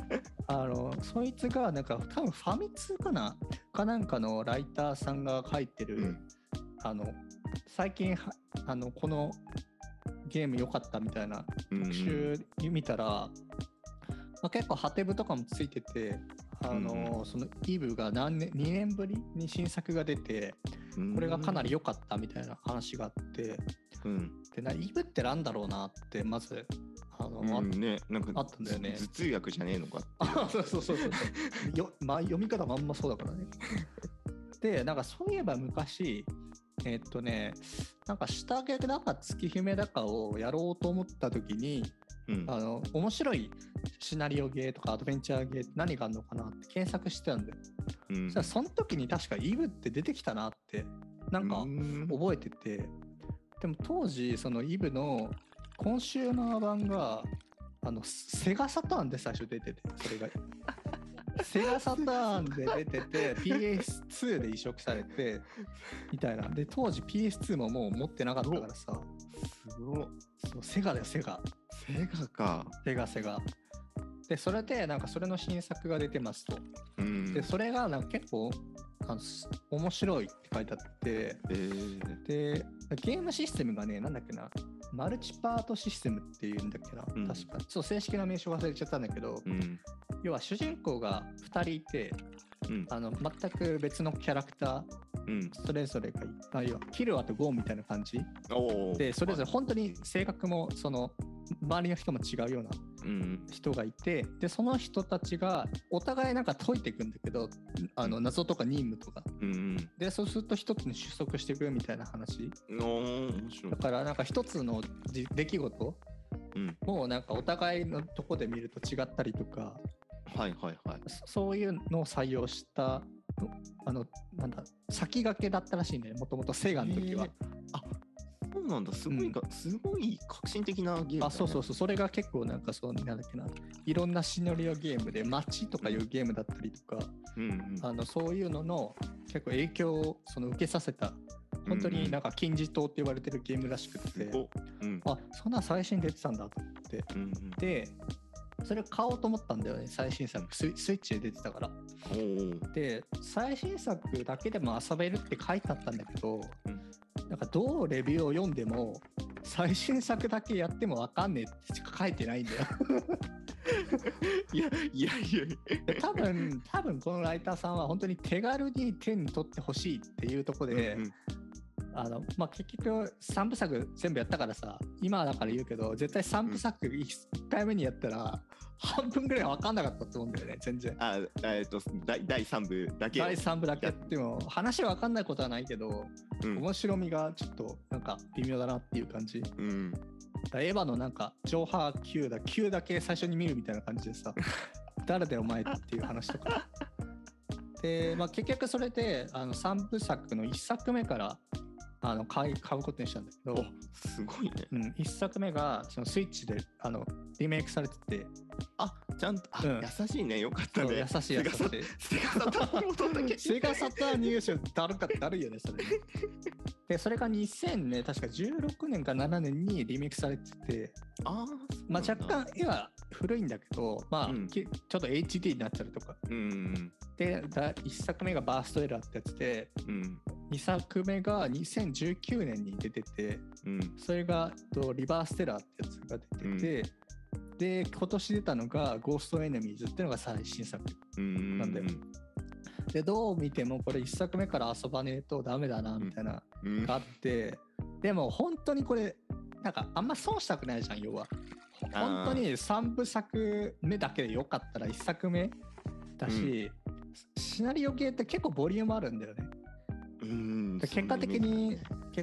そいつがなんか多分ファミ通かなんかのライターさんが書いてる、最近このゲーム良かったみたいな特集見たら、まあ、結構ハテブとかもついてて、そのイブが2年ぶりに新作が出て、これがかなり良かったみたいな話があって、でイブってなんだろうなってまずね、なんかあったんだよね。 頭痛薬じゃねえのかっていう。 そうまあ、読み方まんまそうだからね。でなんかそういえば昔なんか下着だか月姫だかをやろうと思った時に、面白いシナリオゲーとかアドベンチャーゲーって何があるのかなって検索してたんで、そしたらその時に確かイブって出てきたなってなんか覚えてて、でも当時そのイブのコンシューマー版がセガサターンで最初出てて、それがセガサターンで出ててPS2 で移植されてみたいな。で当時 PS2 ももう持ってなかったからさ、 すごい。 そうセガだよセガか。 セガで、それでなんかそれの新作が出てますと、でそれがなんか結構面白いって書いてあって、でゲームシステムがね、なんだっけな、マルチパートシステムっていうんだっけな、確かちょっと正式な名称忘れちゃったんだけど、要は主人公が2人いて、全く別のキャラクター、それぞれが要はキルアとゴーンみたいな感じで、それぞれ本当に性格もその周りの人も違うような人がいて、でその人たちがお互いなんか解いていくんだけど、謎とか任務とか、でそうすると一つに収束していくみたいな話。だからなんか一つの出来事もなんかお互いのとこで見ると違ったりとか、そういうのを採用したなんだ先駆けだったらしいね、もともとセガの時は。 そうなんだ、すごい革新的なゲームだね。 そうそれが結構なんかそうなんだっけな、いろんなシナリオゲームで街とかいうゲームだったりとか、そういうのの結構影響を受けさせた、本当になんか金字塔って言われてるゲームらしくて、そんな最新出てたんだと思って、でそれを買おうと思ったんだよね、最新作スイッチで出てたから。で最新作だけでも遊べるって書いてあったんだけど、なんかどうレビューを読んでも最新作だけやっても分かんねえってしか書いてないんだよ。 いや多分このライターさんは本当に手軽に手に取ってほしいっていうところで、まあ、結局3部作全部やったからさ、今だから言うけど絶対3部作1回目にやったら半分ぐらい分かんなかったと思うんだよね、全然。 第3部だけやっても話分かんないことはないけど、面白みがちょっとなんか微妙だなっていう感じ。エヴァのなんか上波9だけ最初に見るみたいな感じでさ誰だよお前っていう話とかで、まあ、結局それで3部作の1作目から買うことにしたんだけど、 すごいね。 1作目がそのスイッチでリメイクされてて、 ちゃんと優しいね、よかったね。 優しいセガサターンに戻ったけセガサターン入手だるいよねそれね。でそれが2000ね、確か16年か7年にリメイクされてて、まあ、若干絵は古いんだけど、まあちょっと HD になっちゃうとか、で1作目がバーストエラーってやつで、2作目が2019年に出てて、それがリバーステラーってやつが出てて、で今年出たのがゴーストエネミーズっていうのが最新作なんだよ。でどう見てもこれ1作目から遊ばねえとダメだなみたいながあって、でも本当にこれなんかあんま損したくないじゃん、要は。本当に3部作目だけでよかったら1作目だし、シナリオ系って結構ボリュームあるんだよね。結果的に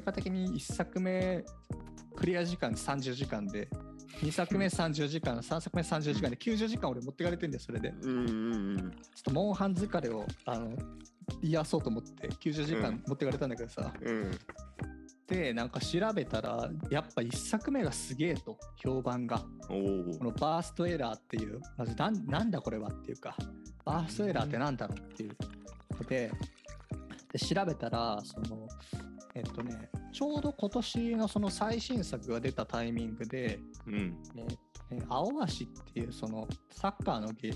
1作目クリア時間30時間で、2作目30時間、3作目30時間で90時間俺持ってかれてんだよ、それで。ちょっとモンハン疲れを癒そうと思って90時間持ってかれたんだけどさ。でなんか調べたらやっぱ1作目がすげえと評判が、このバーストエラーっていう、まずなんだこれはっていうか、バーストエラーってなんだろうっていうことで調べたら、ちょうど今年のその最新作が出たタイミングで、青足っていうそのサッカーの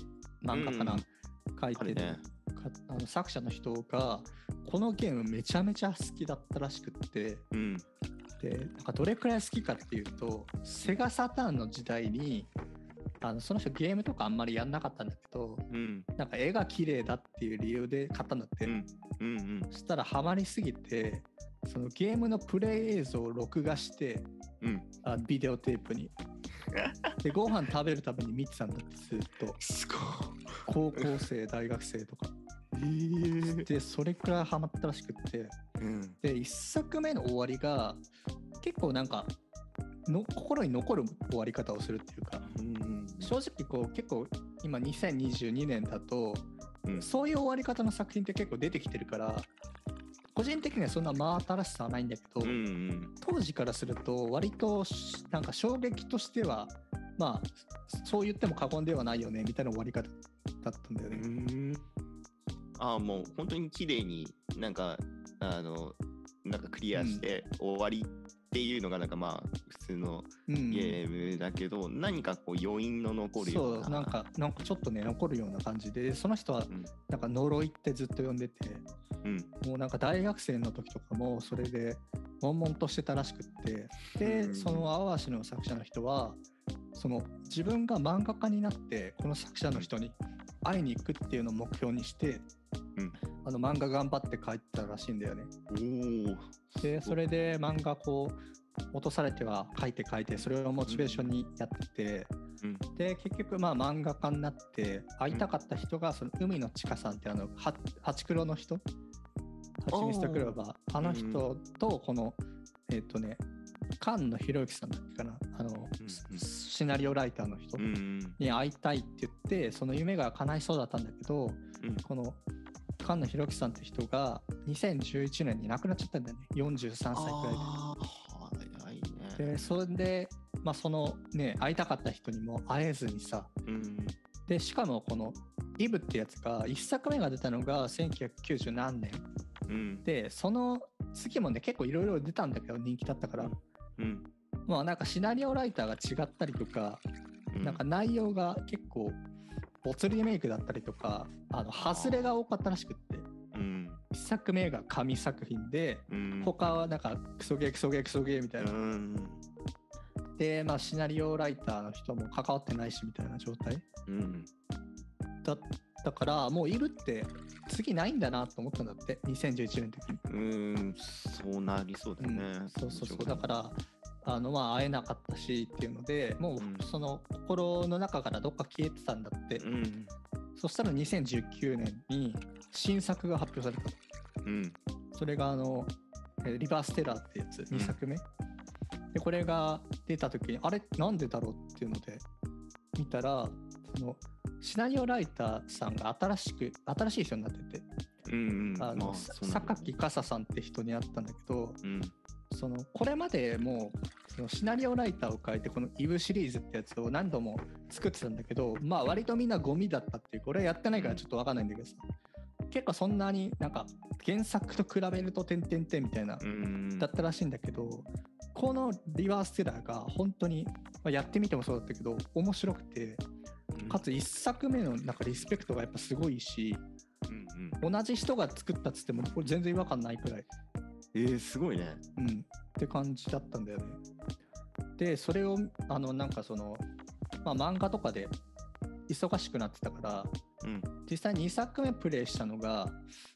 漫画かな、書いてて、作者の人がこのゲームめちゃめちゃ好きだったらしくって、でなんかどれくらい好きかっていうと、セガサターンの時代にその人ゲームとかあんまりやんなかったんだけど、なんか絵が綺麗だっていう理由で買ったんだって、そしたらハマりすぎて、そのゲームのプレイ映像を録画して、ビデオテープにでご飯食べるために見てたんだって、ずっと。 すごい。 高校生大学生とかでそれくらいハマったらしくって、で1作目の終わりが結構なんか心に残る終わり方をするっていうか、正直こう結構今2022年だと、そういう終わり方の作品って結構出てきてるから、個人的にはそんな真新しさはないんだけど、当時からすると割となんか衝撃としてはまあそう言っても過言ではないよねみたいな終わり方だったんだよね。 もう本当に綺麗になんかなんかクリアして終わりっていうのがなんかまあ普通のゲームだけど、何かこう余韻の残るような、 そうなんかちょっとね残るような感じで、その人はなんか呪いってずっと呼んでて、もうなんか大学生の時とかもそれで悶々としてたらしくって、でその青足の作者の人はその自分が漫画家になってこの作者の人に会いに行くっていうのを目標にして、漫画頑張って書いてたらしいんだよね。でそれで漫画こう落とされては書いてそれをモチベーションにやってて、で結局まあ漫画家になって会いたかった人がその海野千佳さんってハチクロの人、ハチミストクローバー、あの人とこの菅野博之さんだっけかな、シナリオライターの人に会いたいって言って、その夢が叶いそうだったんだけど、この菅野博之さんって人が2011年に亡くなっちゃったんだよね、43歳くらいで。早いね。でそれで、まあ、そのね会いたかった人にも会えずにさ、でしかもこのイブってやつが1作目が出たのが1990何年、でその次もね結構いろいろ出たんだけど人気だったから、まあなんかシナリオライターが違ったりとか、なんか内容が結構没リメイクだったりとか外れが多かったらしくって、1作目が神作品で、他はなんかクソゲーみたいな、でまあシナリオライターの人も関わってないしみたいな状態、だったからもうイブって次ないんだなと思ったんだって、2011年の時に。 そうなりそうだね。 そうだからまあ会えなかったしっていうので、もうその心の中からどっか消えてたんだって、そしたら2019年に新作が発表された、それがリバーステラーってやつ2作目、でこれが出た時にあれなんでだろうっていうので見たら、そのシナリオライターさんが新しい人になってて、榊かささんって人に会ったんだけど、そのこれまでもそのシナリオライターを書いてこのイブシリーズってやつを何度も作ってたんだけど、まあ割とみんなゴミだったっていう、これやってないからちょっと分かんないんだけどさ、結構そんなになんか原作と比べると点々点みたいなだったらしいんだけど、このリバーステラーが本当にやってみてもそうだったけど面白くて、かつ1作目のなんかリスペクトがやっぱすごいし、同じ人が作ったっつってもこれ全然違和感ないくらい、 すごいね。 って感じだったんだよね。でそれをなんかその、まあ、漫画とかで忙しくなってたから、実際2作目プレイしたのが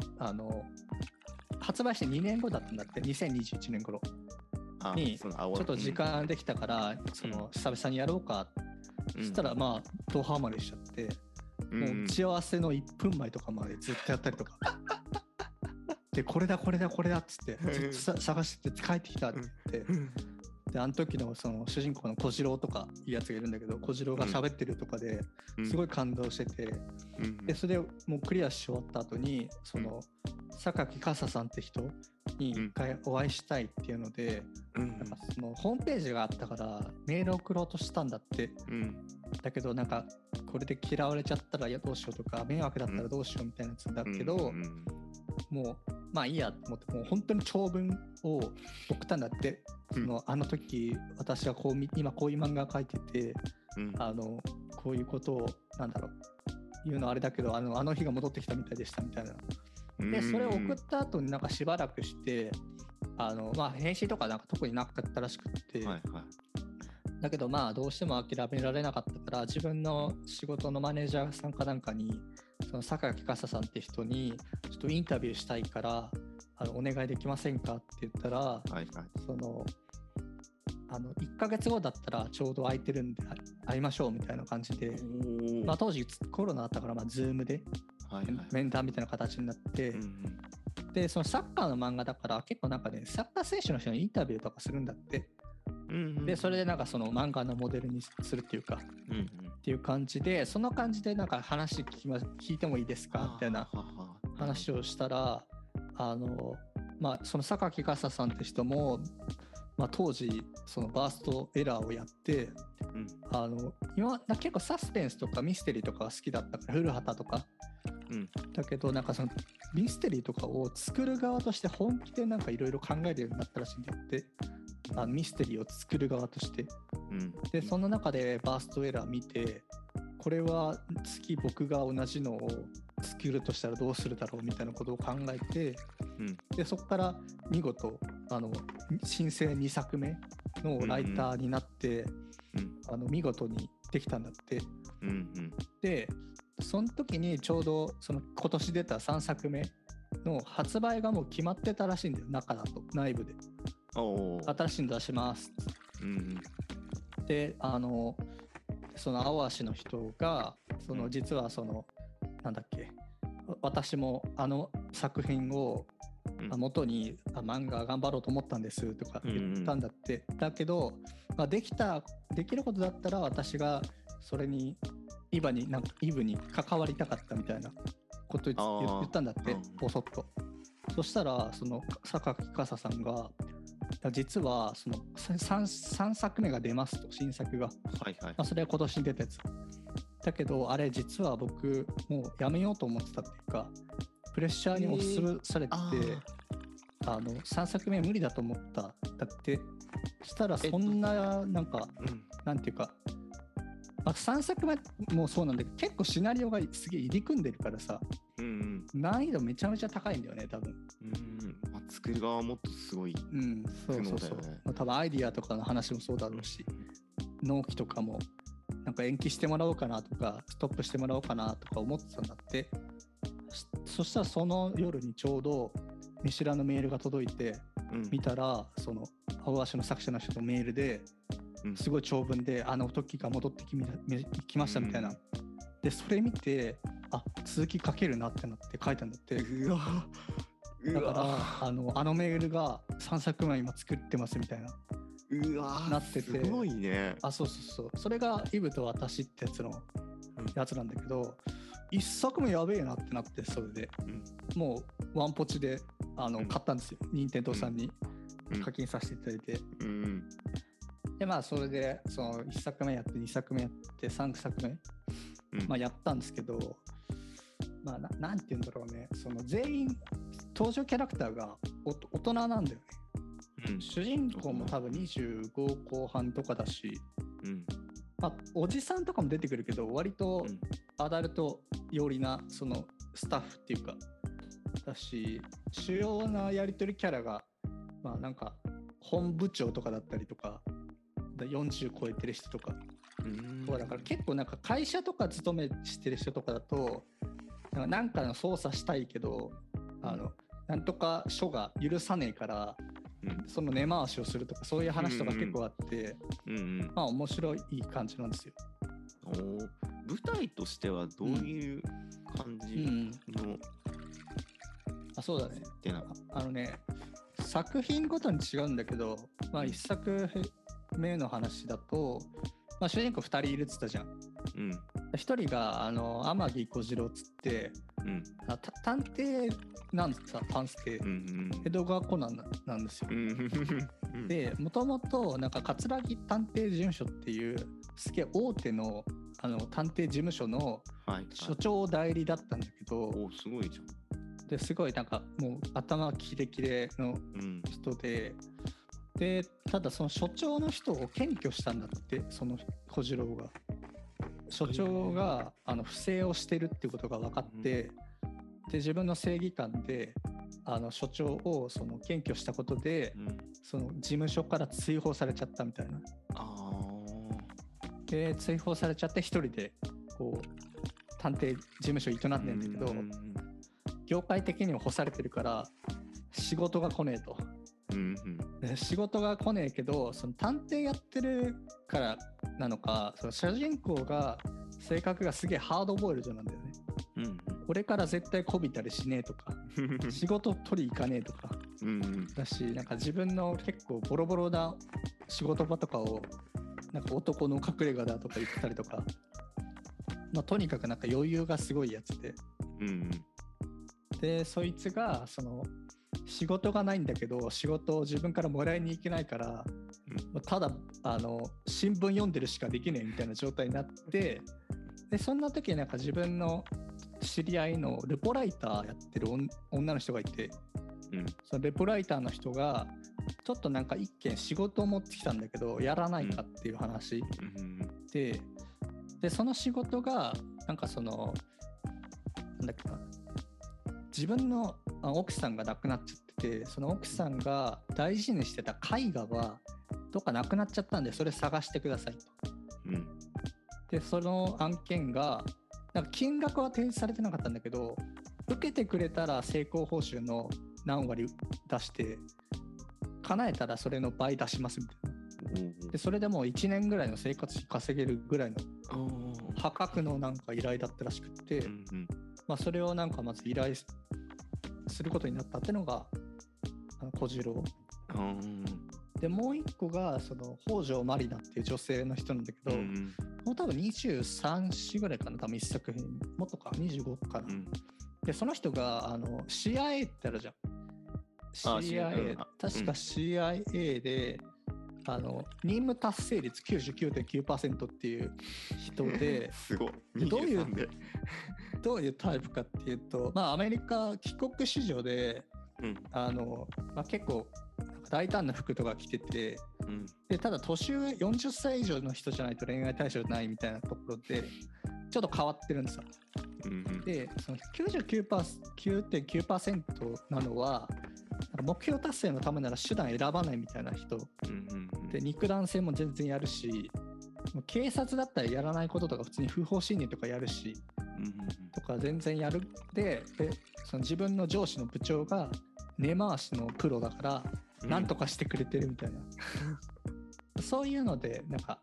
発売して2年後だったんだって、2021年頃にちょっと時間できたから、その久々にやろうか、そしたらまあドハマりしちゃって、もう打ち合わせの1分前とかまでずっとやったりとかでこれだっつってずっと探して帰ってきたって言って、であの時のその主人公の小次郎とかいうやつがいるんだけど、小次郎が喋ってるとかですごい感動してて、でそれでもうクリアし終わった後にその榊かささんって人に一回お会いしたいっていうので、なんかそのホームページがあったからメール送ろうとしたんだって、だけどなんかこれで嫌われちゃったらどうしようとか、迷惑だったらどうしようみたいなやつだけど、もうまあいいやと思って、もう本当に長文を送ったんだって、あの時私は今こういう漫画を描いてて、こういうことをなんだろう言うのあれだけど、あの日が戻ってきたみたいでしたみたいな。でそれを送った後になんかしばらくして返信とかなんか特になかったらしくって、はいはい、だけどどうしても諦められなかったから自分の仕事のマネージャーさんかなんかにその榊かささんって人にちょっとインタビューしたいからお願いできませんかって言ったら、はいはい、1ヶ月後だったらちょうど空いてるんで会いましょうみたいな感じで、当時コロナだったからZoomで面談みたいな形になって、でそのサッカーの漫画だから結構なんかねサッカー選手の人にインタビューとかするんだって、でそれでなんかその漫画のモデルにするっていうか、っていう感じでその感じでなんか話聞いてもいいですかみたいな話をしたらその榊かささんって人も当時そのバーストエラーをやって、今結構サスペンスとかミステリーとかが好きだったから古畑とか、だけどなんかそのミステリーとかを作る側として本気でなんかいろいろ考えるようになったらしいんだって、ミステリーを作る側として、でその中でバーストエラー見てこれは次僕が同じのを作るとしたらどうするだろうみたいなことを考えて、でそこから見事新生2作目のライターになって、見事にできたんだって、でその時にちょうど今年出た3作目の発売がもう決まってたらしいんだよ、内部で新しいの出しますって、でその青足の人が実はなんだっけ、私も作品を元に漫画頑張ろうと思ったんですとか言ったんだって、だけど、できることだったら私がそれにイブに関わりたかったみたいなこと言ったんだって、ボソッと。そしたらその榊かささんが実はその 3作目が出ますと、新作が、はいはい、それは今年に出たやつだけど、あれ実は僕もうやめようと思ってたっていうか、プレッシャーに押しつぶされて、3作目無理だと思っただって。したらそんななんか、なんていうか、3作目もそうなんだけど結構シナリオがすげえ入り組んでるからさ、難易度めちゃめちゃ高いんだよね多分。 作る側はもっとすごい、 そうそうそう、多分アイディアとかの話もそうだろうし、納期とかもなんか延期してもらおうかなとかストップしてもらおうかなとか思ってたんだって。そしたらその夜にちょうど見知らぬメールが届いて、見たらその青足の作者の人のメールですごい長文で時が戻ってきましたみたいな、でそれ見て続き書けるなってなって書いたんだって。だからメールが3作目今作ってますみたいななってて、 すごいね。 そうそれがイブと私ってやつなんだけど、1作目やべえなってなって、それで、もうワンポチで買ったんですよ、任天堂さんに課金させていただいて、でそれでその1作目やって2作目やって3作目、やったんですけど、なんて言うんだろうね、その全員登場キャラクターが大人なんだよね、主人公も多分25後半とかだし、おじさんとかも出てくるけど割とアダルト寄りなそのスタッフっていうかだし、主要なやり取りキャラがなんか本部長とかだったりとか40超えてる人とか、だから結構なんか会社とか勤めしてる人とかだとなんかの操作したいけどなんとか書が許さねえから、その根回しをするとかそういう話とか結構あって、面白い感じなんですよ。 舞台としてはどういう感じの、 そうだね、作品ごとに違うんだけど、1作目の話だと、主人公2人いるっつったじゃん。1人が天城小次郎っつって、探偵なんですか、探偵、江戸川コナンなんですよ。でもともとなんか桂木探偵事務所っていうすげえ大手の探偵事務所の所長代理だったんだけど、 すごいじゃん。 ですごいなんかもう頭キレキレの人で、ただその所長の人を検挙したんだって、その小次郎が。 所長が不正をしてるっていうことが分かって、で自分の正義感で所長をその検挙したことで、その事務所から追放されちゃったみたいな。で追放されちゃって一人でこう探偵事務所営んでんだけど、業界的には干されてるから仕事が来ねえと。で仕事が来ねえけど、その探偵やってるからなのか、その主人公が性格がすげえハードボイルドなんだよね。これから絶対こびたりしねえとか仕事取り行かねえとかだし、なんか自分の結構ボロボロな仕事場とかをなんか男の隠れ家だとか言ったりとか、まあ、とにかくなんか余裕がすごいやつで、でそいつがその仕事がないんだけど仕事を自分からもらいに行けないから、ただ新聞読んでるしかできねえみたいな状態になって、でそんな時になんか自分の知り合いのレポライターやってる女の人がいて、そのレポライターの人がちょっとなんか一件仕事を持ってきたんだけどやらないかっていう話、でその仕事がなんかそのなんだっけな、自分の奥さんが亡くなっちゃってて、その奥さんが大事にしてた絵画はどっかなくなっちゃったんでそれ探してくださいと。でその案件がなんか金額は提示されてなかったんだけど、受けてくれたら成功報酬の何割出して叶えたらそれの倍出しますみたいな。でそれでもう1年ぐらいの生活費稼げるぐらいの破格のなんか依頼だったらしくて、まあ、それをなんかまず依頼することになったっていうのが小次郎で、もう一個がその北条まりなっていう女性の人なんだけど、もう多分23、4ぐらいかな、多分一作品もっとか25かな、でその人がCIA ってあるじゃん。CIA 確か CIA で任務達成率 99.9% っていう人ですごいどういうタイプかっていうと、まあ、アメリカ帰国子女で、まあ、結構大胆な服とか着てて、でただ年上40歳以上の人じゃないと恋愛対象ないみたいなところでちょっと変わってるんですよ。でその 99.9% なのは目標達成のためなら手段選ばないみたいな人、で肉弾戦も全然やるし、警察だったらやらないこととか普通に不法侵入とかやるし、とか全然やる。でその自分の上司の部長が根回しのプロだからなんとかしてくれてるみたいな、そういうのでなんか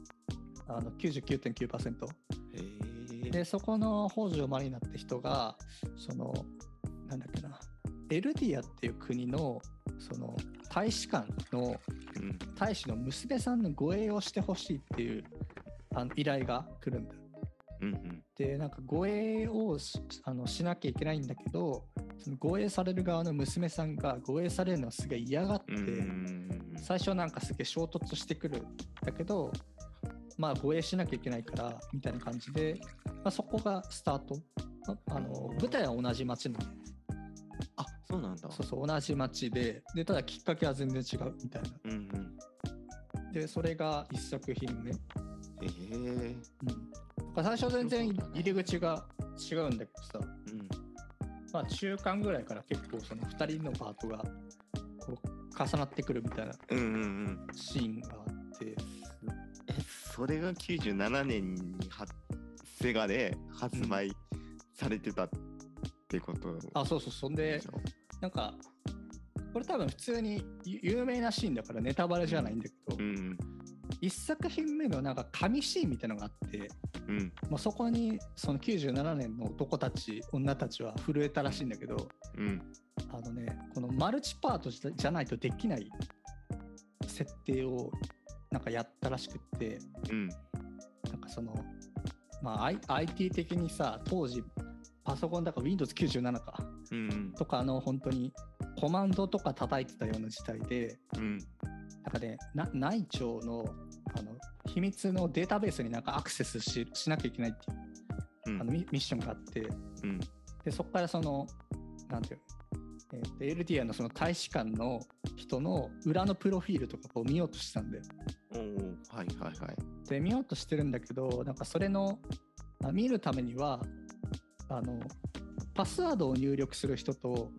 99.9% で、そこの北条まりなって人がそのなんだっけな、エルディアっていう国のその大使館の大使の娘さんの護衛をしてほしいっていう依頼が来るんだよ。でなんか護衛をしなきゃいけないんだけど、その護衛される側の娘さんが護衛されるのはすげえ嫌がって、最初なんかすげえ衝突してくるんだけど、まあ護衛しなきゃいけないからみたいな感じで、まあ、そこがスタート。舞台は同じ町なの。 あ、そうなんだ。 そう同じ町でただきっかけは全然違うみたいな。でそれが1作品目。最初全然入り口が違うんだけどさ、まあ中間ぐらいから結構その2人のパートがこう重なってくるみたいなシーンがあって、 それが97年にセガで発売されてたってこと、 そう。そんでなんかこれ多分普通に有名なシーンだからネタバレじゃないんだけど、1作品目のなんか神シーンみたいなのがあって、まあ、そこにその97年の男たち女たちは震えたらしいんだけど、このマルチパートじゃないとできない設定をなんかやったらしくって、なんかそのまあ IT 的にさ、当時パソコンだから Windows97 か、とか本当にコマンドとか叩いてたような時代で、なんかね内調の秘密のデータベースになんかアクセス しなきゃいけないっていう、ミッションがあって、でそこからそのなんていうエルディアのその大使館の人の裏のプロフィールとかを見ようとしたんで、 はいはいはい。 で見ようとしてるんだけど、なんかそれの見るためにはパスワードを入力する人と、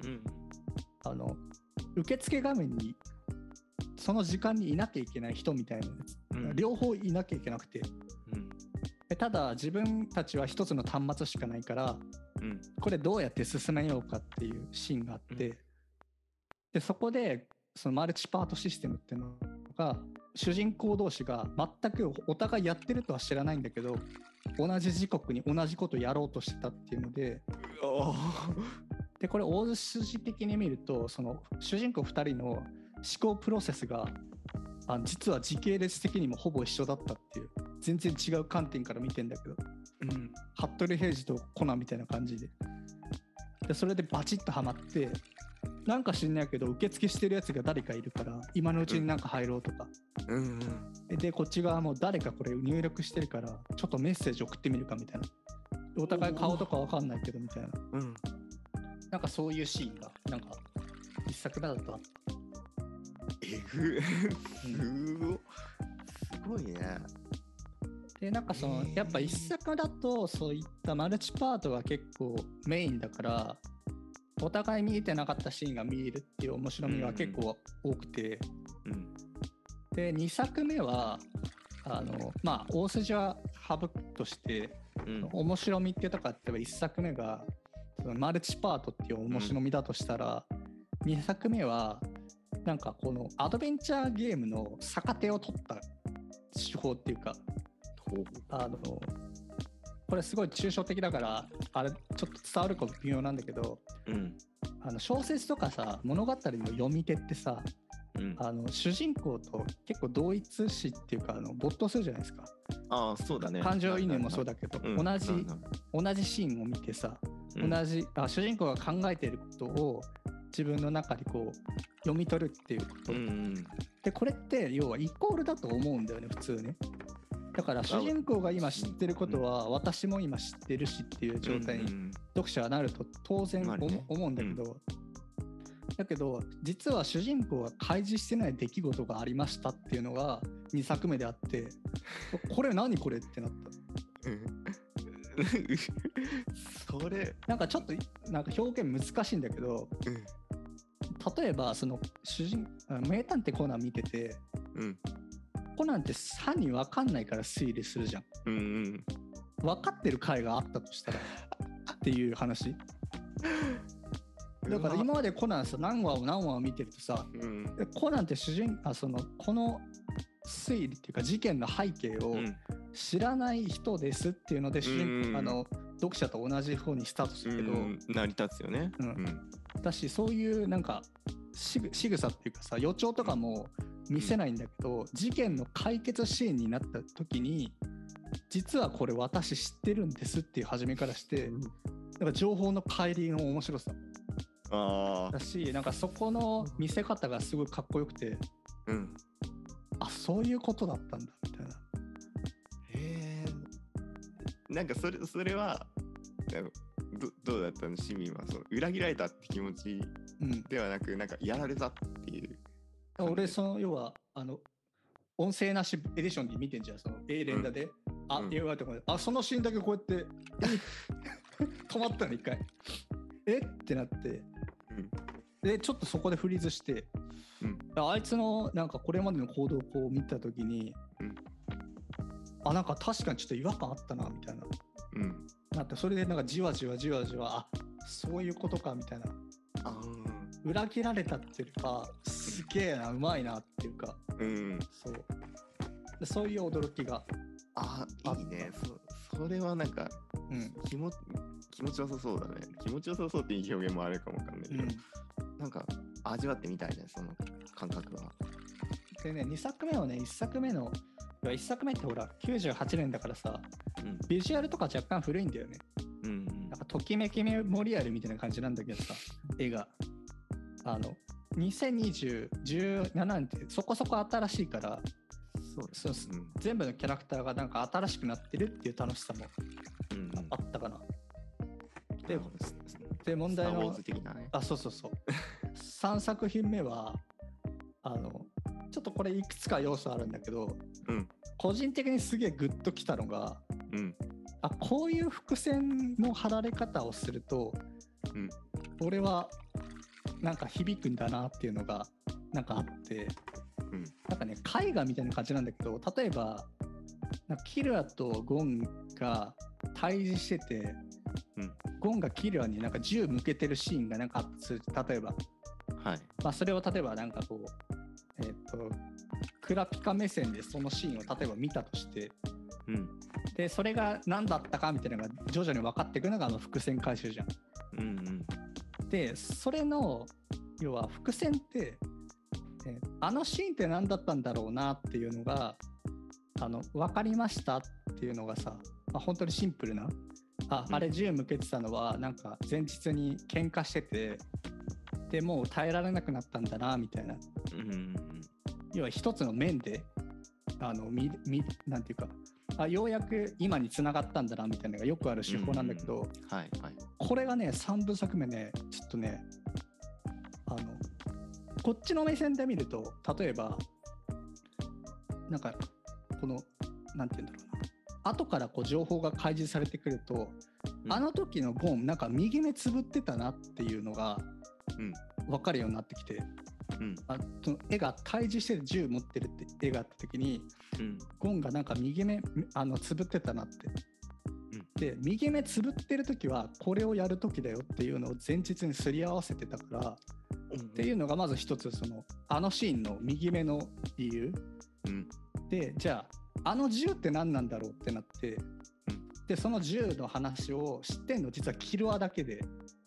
受付画面にその時間にいなきゃいけない人みたいなやつ、両方いなきゃいけなくて、ただ自分たちは一つの端末しかないから、これどうやって進めようかっていうシーンがあって、でそこでそのマルチパートシステムっていうのが主人公同士が全くお互いやってるとは知らないんだけど、同じ時刻に同じことやろうとしてたっていうので、でこれ大筋的に見るとその主人公2人の思考プロセスが実は時系列的にもほぼ一緒だったっていう、全然違う観点から見てんだけど、服部平次とコナンみたいな感じで、それでバチッとハマって、なんか知んないけど受付してるやつが誰かいるから今のうちになんか入ろうとか、でこっち側も誰かこれ入力してるからちょっとメッセージ送ってみるかみたいな、お互い顔とかわかんないけどみたいな、なんかそういうシーンがなんか一作目だとあった。 すごいね。 でなんかそのやっぱ一作だとそういったマルチパートが結構メインだから、お互い見えてなかったシーンが見えるっていう面白みは結構多くて、で2作目はまあ大筋は省くとして、面白みっていうとこあっては1作目がそのマルチパートっていう面白みだとしたら、2作目はなんかこのアドベンチャーゲームの逆手を取った手法っていうか、これすごい抽象的だからあれちょっと伝わるか微妙なんだけど、小説とかさ物語の読み手ってさ、主人公と結構同一視っていうか没頭するじゃないですか。 そうだね。 感情移入もそうだけど、同じシーンを見てさ、主人公が考えていることを自分の中でこう読み取るっていうこと、でこれって要はイコールだと思うんだよね普通ね。だから主人公が今知ってることは私も今知ってるしっていう状態に読者はなると当然思うんだけど、だけど実は主人公が開示してない出来事がありましたっていうのが2作目であって、これ何これってなった。 それなんかちょっとなんか表現難しいんだけど、例えばその名探偵コナン見てて、コナンって犯人分かんないから推理するじゃん。分かってる回があったとしたらっていう話。だから今までコナンさ何話を見てるとさ、コナンってこの推理っていうか事件の背景を知らない人ですっていうので読者と同じ方にスタートするけど、 成り立つよね。 だしそういうなんか仕草っていうかさ予兆とかも見せないんだけど、事件の解決シーンになった時に実はこれ私知ってるんですっていう初めからして、なんか情報の乖離の面白さだし、なんかそこの見せ方がすごいかっこよくて、そういうことだったんだみたいな。 なんかそれはどうだったの？市民はその裏切られたって気持ちではなく、なんかやられたっていう。 俺要は音声なしエディションで見てんじゃん、その連打で、言われてもそのシーンだけこうやって止まったの一回ってなって、でちょっとそこでフリーズして、あいつのなんかこれまでの行動をこう見たときに、なんか確かにちょっと違和感あったなみたいな、なって、それでなんかじわじわそういうことかみたいな、裏切られたっていうかすげえな、うまいなっていうか、そういう驚きがいいね。それはなんか、気持ちよさそうだね。気持ちよさそうっていう表現もあるかもわかんないけど、なんか味わってみたいね、その感覚は。 でね、2作目はね、1作目ってほら98年だからさ、ビジュアルとか若干古いんだよね。なんかときめきメモリアルみたいな感じなんだけどさ、絵が2017年ってそこそこ新しいから、全部のキャラクターがなんか新しくなってるっていう楽しさもあったかな。で問題のスターウォーズ的なね。 そう3作品目はちょっとこれいくつか要素あるんだけど、 うん、 個人的にすげえグッときたのが、 うん、 こういう伏線の張られ方をすると、 うん、 俺はなんか響くんだなっていうのがなんかあって、 うん、 なんかね絵画みたいな感じなんだけど、例えばなんかキルアとゴンが対峙してて、 うん、 ゴンがキルアになんか銃向けてるシーンがなんかあった例えば、 はい、 まあ、それを例えばなんかこうクラピカ目線でそのシーンを例えば見たとして、 うん、 でそれが何だったかみたいなのが徐々に分かっていくのが伏線回収じゃん。 うんうん、 でそれの要は伏線って、あのシーンって何だったんだろうなっていうのが分かりましたっていうのがさ、まあ、本当にシンプルな、あれ銃向けてたのはなんか前日に喧嘩してて、でもう耐えられなくなったんだなみたいな、要は一つの面でなんていうか、ようやく今に繋がったんだなみたいなのがよくある手法なんだけど、 はいはい、 これがね3部作目ねちょっとねこっちの目線で見ると、例えばなんかこのなんていうんだろうな、後からこう情報が開示されてくると、あの時のゴンなんか右目つぶってたなっていうのが分かるようになってきて、その絵が対峙して銃持ってるって絵があった時に、ゴンがなんか右目つぶってたなって、で右目つぶってる時はこれをやる時だよっていうのを前日にすり合わせてたから、っていうのがまず一つ、シーンの右目の理由、でじゃあ銃って何なんだろうってなって、でその銃の話を知ってんの実はキルアだけで、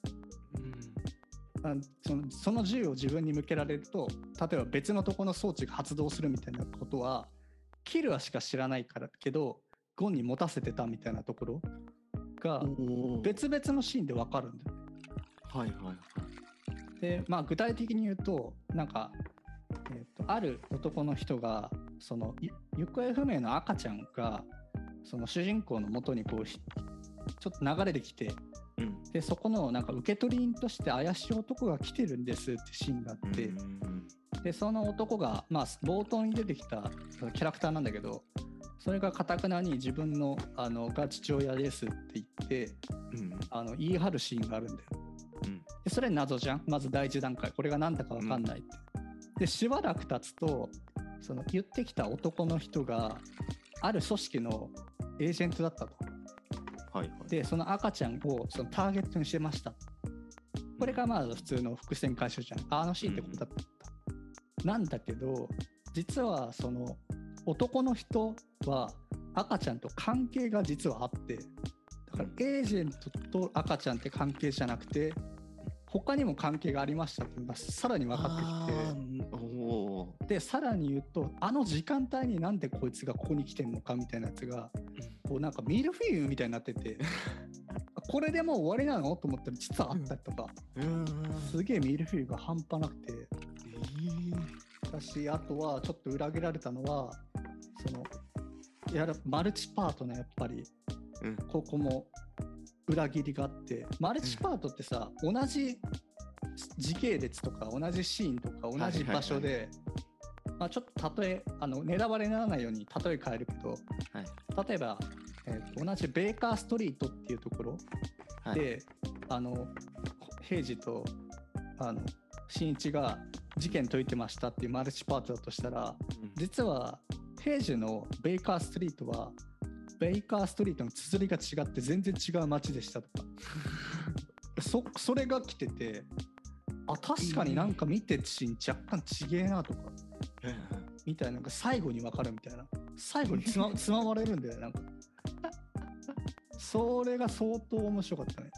その銃を自分に向けられると、例えば別のとこの装置が発動するみたいなことはキルアしか知らないからけどゴンに持たせてたみたいなところが別々のシーンで分かるんだよね。 はいはいはい。 でまあ具体的に言うと、なんか、ある男の人がその行方不明の赤ちゃんがその主人公の元にこうちょっと流れてきて、でそこのなんか受け取り員として怪しい男が来てるんですってシーンがあって、でその男が、まあ、冒頭に出てきたキャラクターなんだけど、それが堅くなに自分のが父親ですって言って、言い張るシーンがあるんだよ。でそれ謎じゃん、まず第一段階、これが何だか分かんないって。でしばらく経つとその言ってきた男の人がある組織のエージェントだったと。 はいはい、 でその赤ちゃんをそのターゲットにしてました。これがまず普通の伏線回収じゃん、あのシーンってことだった、なんだけど実はその男の人は赤ちゃんと関係が実はあって、だからエージェントと赤ちゃんって関係じゃなくて他にも関係がありましたっていうのがさらに分かってきて、でさらに言うと時間帯になんでこいつがここに来てんのかみたいなやつがこうなんかミルフィーユみたいになっててこれでもう終わりなのと思ったら実はあったりとか、すげえミルフィーユが半端なくて、私あとはちょっと裏切られたのはマルチパートのやっぱり、ここも裏切りがあって、マルチパートってさ、同じ時系列とか同じシーンとか同じ場所で、まあ、ちょっと例えネタバレにならないように例え変えるけど、例えば、同じベーカーストリートっていうところで、平次と新一が事件解いてましたっていうマルチパートだとしたら、実は平次のベーカーストリートはベイカーストリートの綴りが違って全然違う街でしたとかそれが来てて、確かになんか見てるシーン若干ちげえなとか、みたいなのが最後に分かるみたいな、最後につままれるんだよね、なんかそれが相当面白かったね。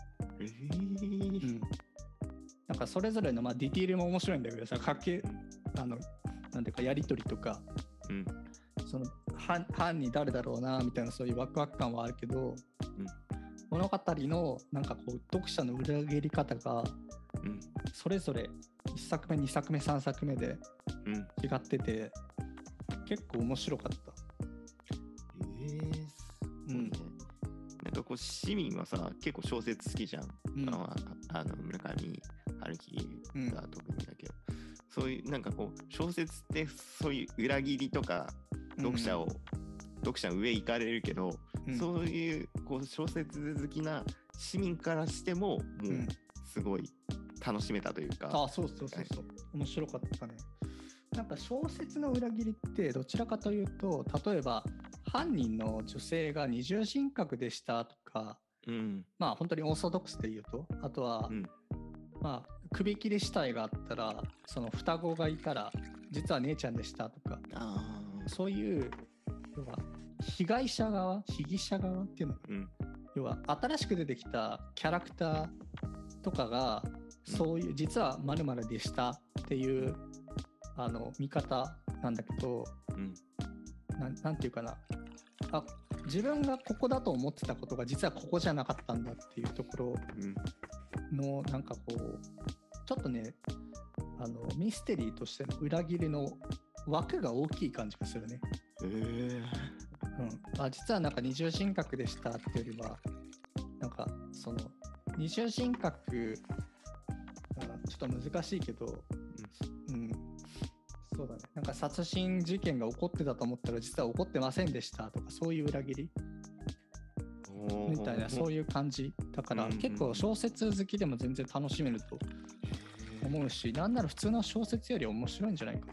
なんかそれぞれのまあディティールも面白いんだけどさ、なんていうかやり取りとか、その犯人誰だろうなみたいなそういうワクワク感はあるけど、物語のなんかこう読者の裏切り方がそれぞれ1作目2作目3作目で違ってて、結構面白かった。 なんかこう市民はさ結構小説好きじゃん、村上春樹が特にだけど、 そういうなんかこう小説ってそういう裏切りとか読者の上行かれるけど、そういうこう小説好きな市民からしてももうすごい楽しめたというか、 そう面白かったね。なんか小説の裏切りってどちらかというと、例えば犯人の女性が二重人格でしたとか、まあ本当にオーソドックスで言うと、あとは、まあ首切り死体があったらその双子がいたら実は姉ちゃんでしたとか、そういう要は被害者側被疑者側っていうの、要は新しく出てきたキャラクターとかがそういう実は〇〇でしたっていう見方なんだけど、なんていうかな、自分がここだと思ってたことが実はここじゃなかったんだっていうところの、なんかこうちょっとねミステリーとしての裏切りの枠が大きい感じがするね。実はなんか二重人格でしたっていうよりは、なんかその二重人格、ちょっと難しいけど、そうだね、なんか殺人事件が起こってたと思ったら実は起こってませんでしたとか、そういう裏切りみたいな、そういう感じだから、結構小説好きでも全然楽しめると思うし、なんなら普通の小説より面白いんじゃないか。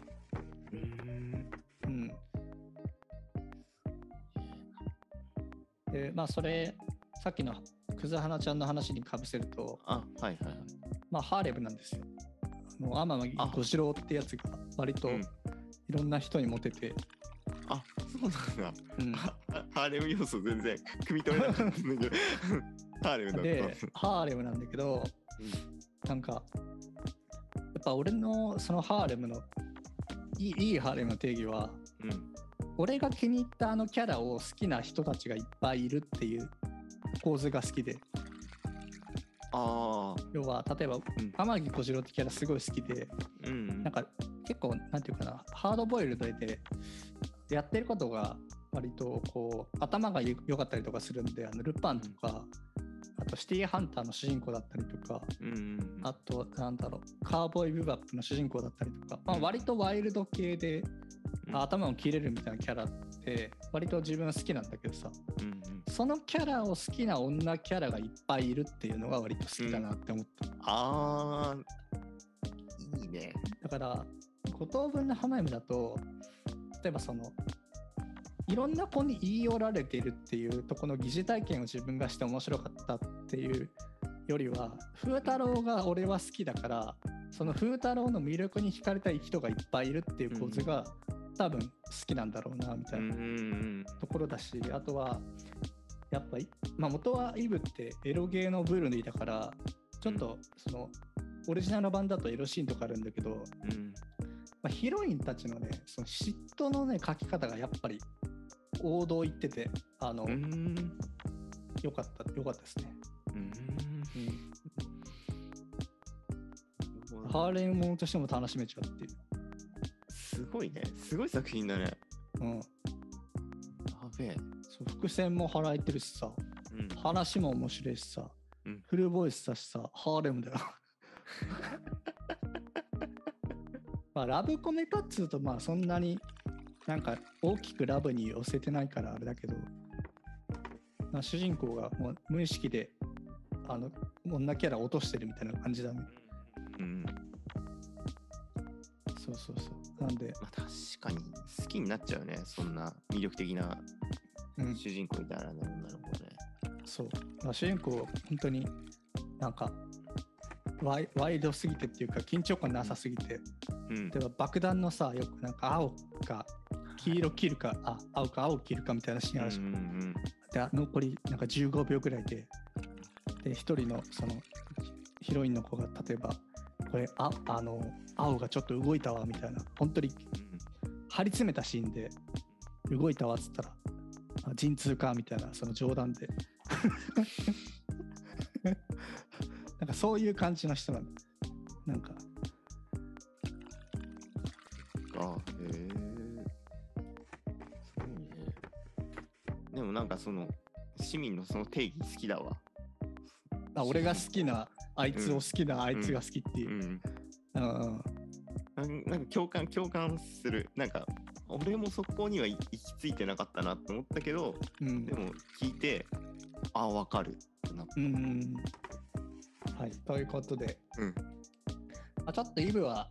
でまあそれさっきのくずはなちゃんの話にかぶせると、まあハーレムなんですよ。天野小次郎ってやつが割といろんな人にモテて、 そうなんだ、ハーレム要素全然汲み取れなかったんだけどハーレムだったでハーレムなんだけど、なんかやっぱ俺のそのハーレムのいいハーレムの定義は、俺が気に入ったキャラを好きな人たちがいっぱいいるっていう構図が好きで、要は例えば天城小次郎ってキャラすごい好きで、なんか結構なんていうかな、ハードボイルドでやってることが割とこう頭が良かったりとかするんで、ルパンとか、あとシティーハンターの主人公だったりとか、あとなんだろう、カーボーイビバップの主人公だったりとか、まあ、割とワイルド系で頭を切れるみたいなキャラって割と自分は好きなんだけどさ、そのキャラを好きな女キャラがいっぱいいるっていうのが割と好きだなって思った。 いいね。 だから五等分の花嫁だと、例えばそのいろんな子に言い寄られているっていうとこの疑似体験を自分がして面白かったっていうよりは、風太郎が俺は好きだから、その風太郎の魅力に惹かれたい人がいっぱいいるっていう構図が多分好きなんだろうなみたいなところだし、あとはやっぱり、まあ、元はイブってエロゲーのブルーだから、ちょっとそのオリジナル版だとエロシーンとかあるんだけど、まあ、ヒロインたちのね、その嫉妬のね描き方がやっぱり王道行ってて、よかったですね。ハーレムものとしても楽しめちゃうっていう。 すごいね、すごい作品だね。やべえ。 そう、伏線も払えてるしさ、話も面白いしさ、フルボイスだしさ、ハーレムだよ。まあラブコメかっつうと、まあそんなになんか大きくラブに寄せてないからあれだけど、まあ、主人公がもう無意識で女キャラ落としてるみたいな感じだね。そうなんで、 まあ、確かに好きになっちゃうね、そんな魅力的な主人公みたいな女の子ね。 そう、まあ、主人公本当になんかワイドすぎてっていうか緊張感なさすぎて、例えば爆弾のさ、よくなんか青か黄色切るか、青か青切るかみたいなシーンあるし、で残りなんか15秒ぐらいで一人のそのヒロインの子が例えばこれ青がちょっと動いたわみたいな、本当に張り詰めたシーンで動いたわっつったら陣痛かみたいな、その冗談でなんかそういう感じの人なんだ。なんかそうね。でもなんかその市民のその定義好きだわ。 俺が好きなあいつを好きなあいつが好きっていう。 なんか共感する。なんか俺もそこには行き着いてなかったなと思ったけど、でも聞いて分かるってなった。 はい、ということで、 ちょっとイブは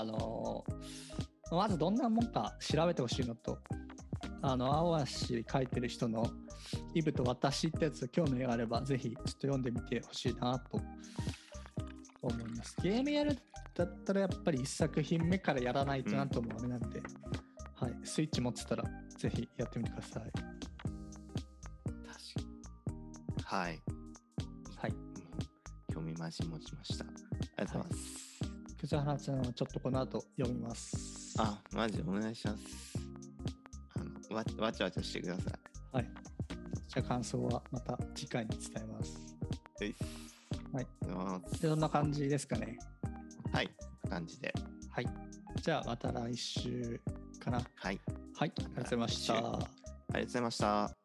まずどんなもんか調べてほしいのと、青足書いてる人のイブと私ってやつ興味があればぜひちょっと読んでみてほしいなと思います。ゲームやるだったらやっぱり1作品目からやらないとなんともあれなんで、はい、スイッチ持ってたらぜひやってみてください。 確かに。はい。 はい。 興味マジ持ちました。ありがとうございます。 葛原ちゃんはちょっとこの後読みます。 マジお願いします。わちゃわちゃしてください。 はい。じゃあ感想はまた次回に伝えます。はい。どんな感じですかね。 はい。感じで。 はい。じゃあまた来週かな。 はい。 はい。ありがとうございました。 ありがとうございました。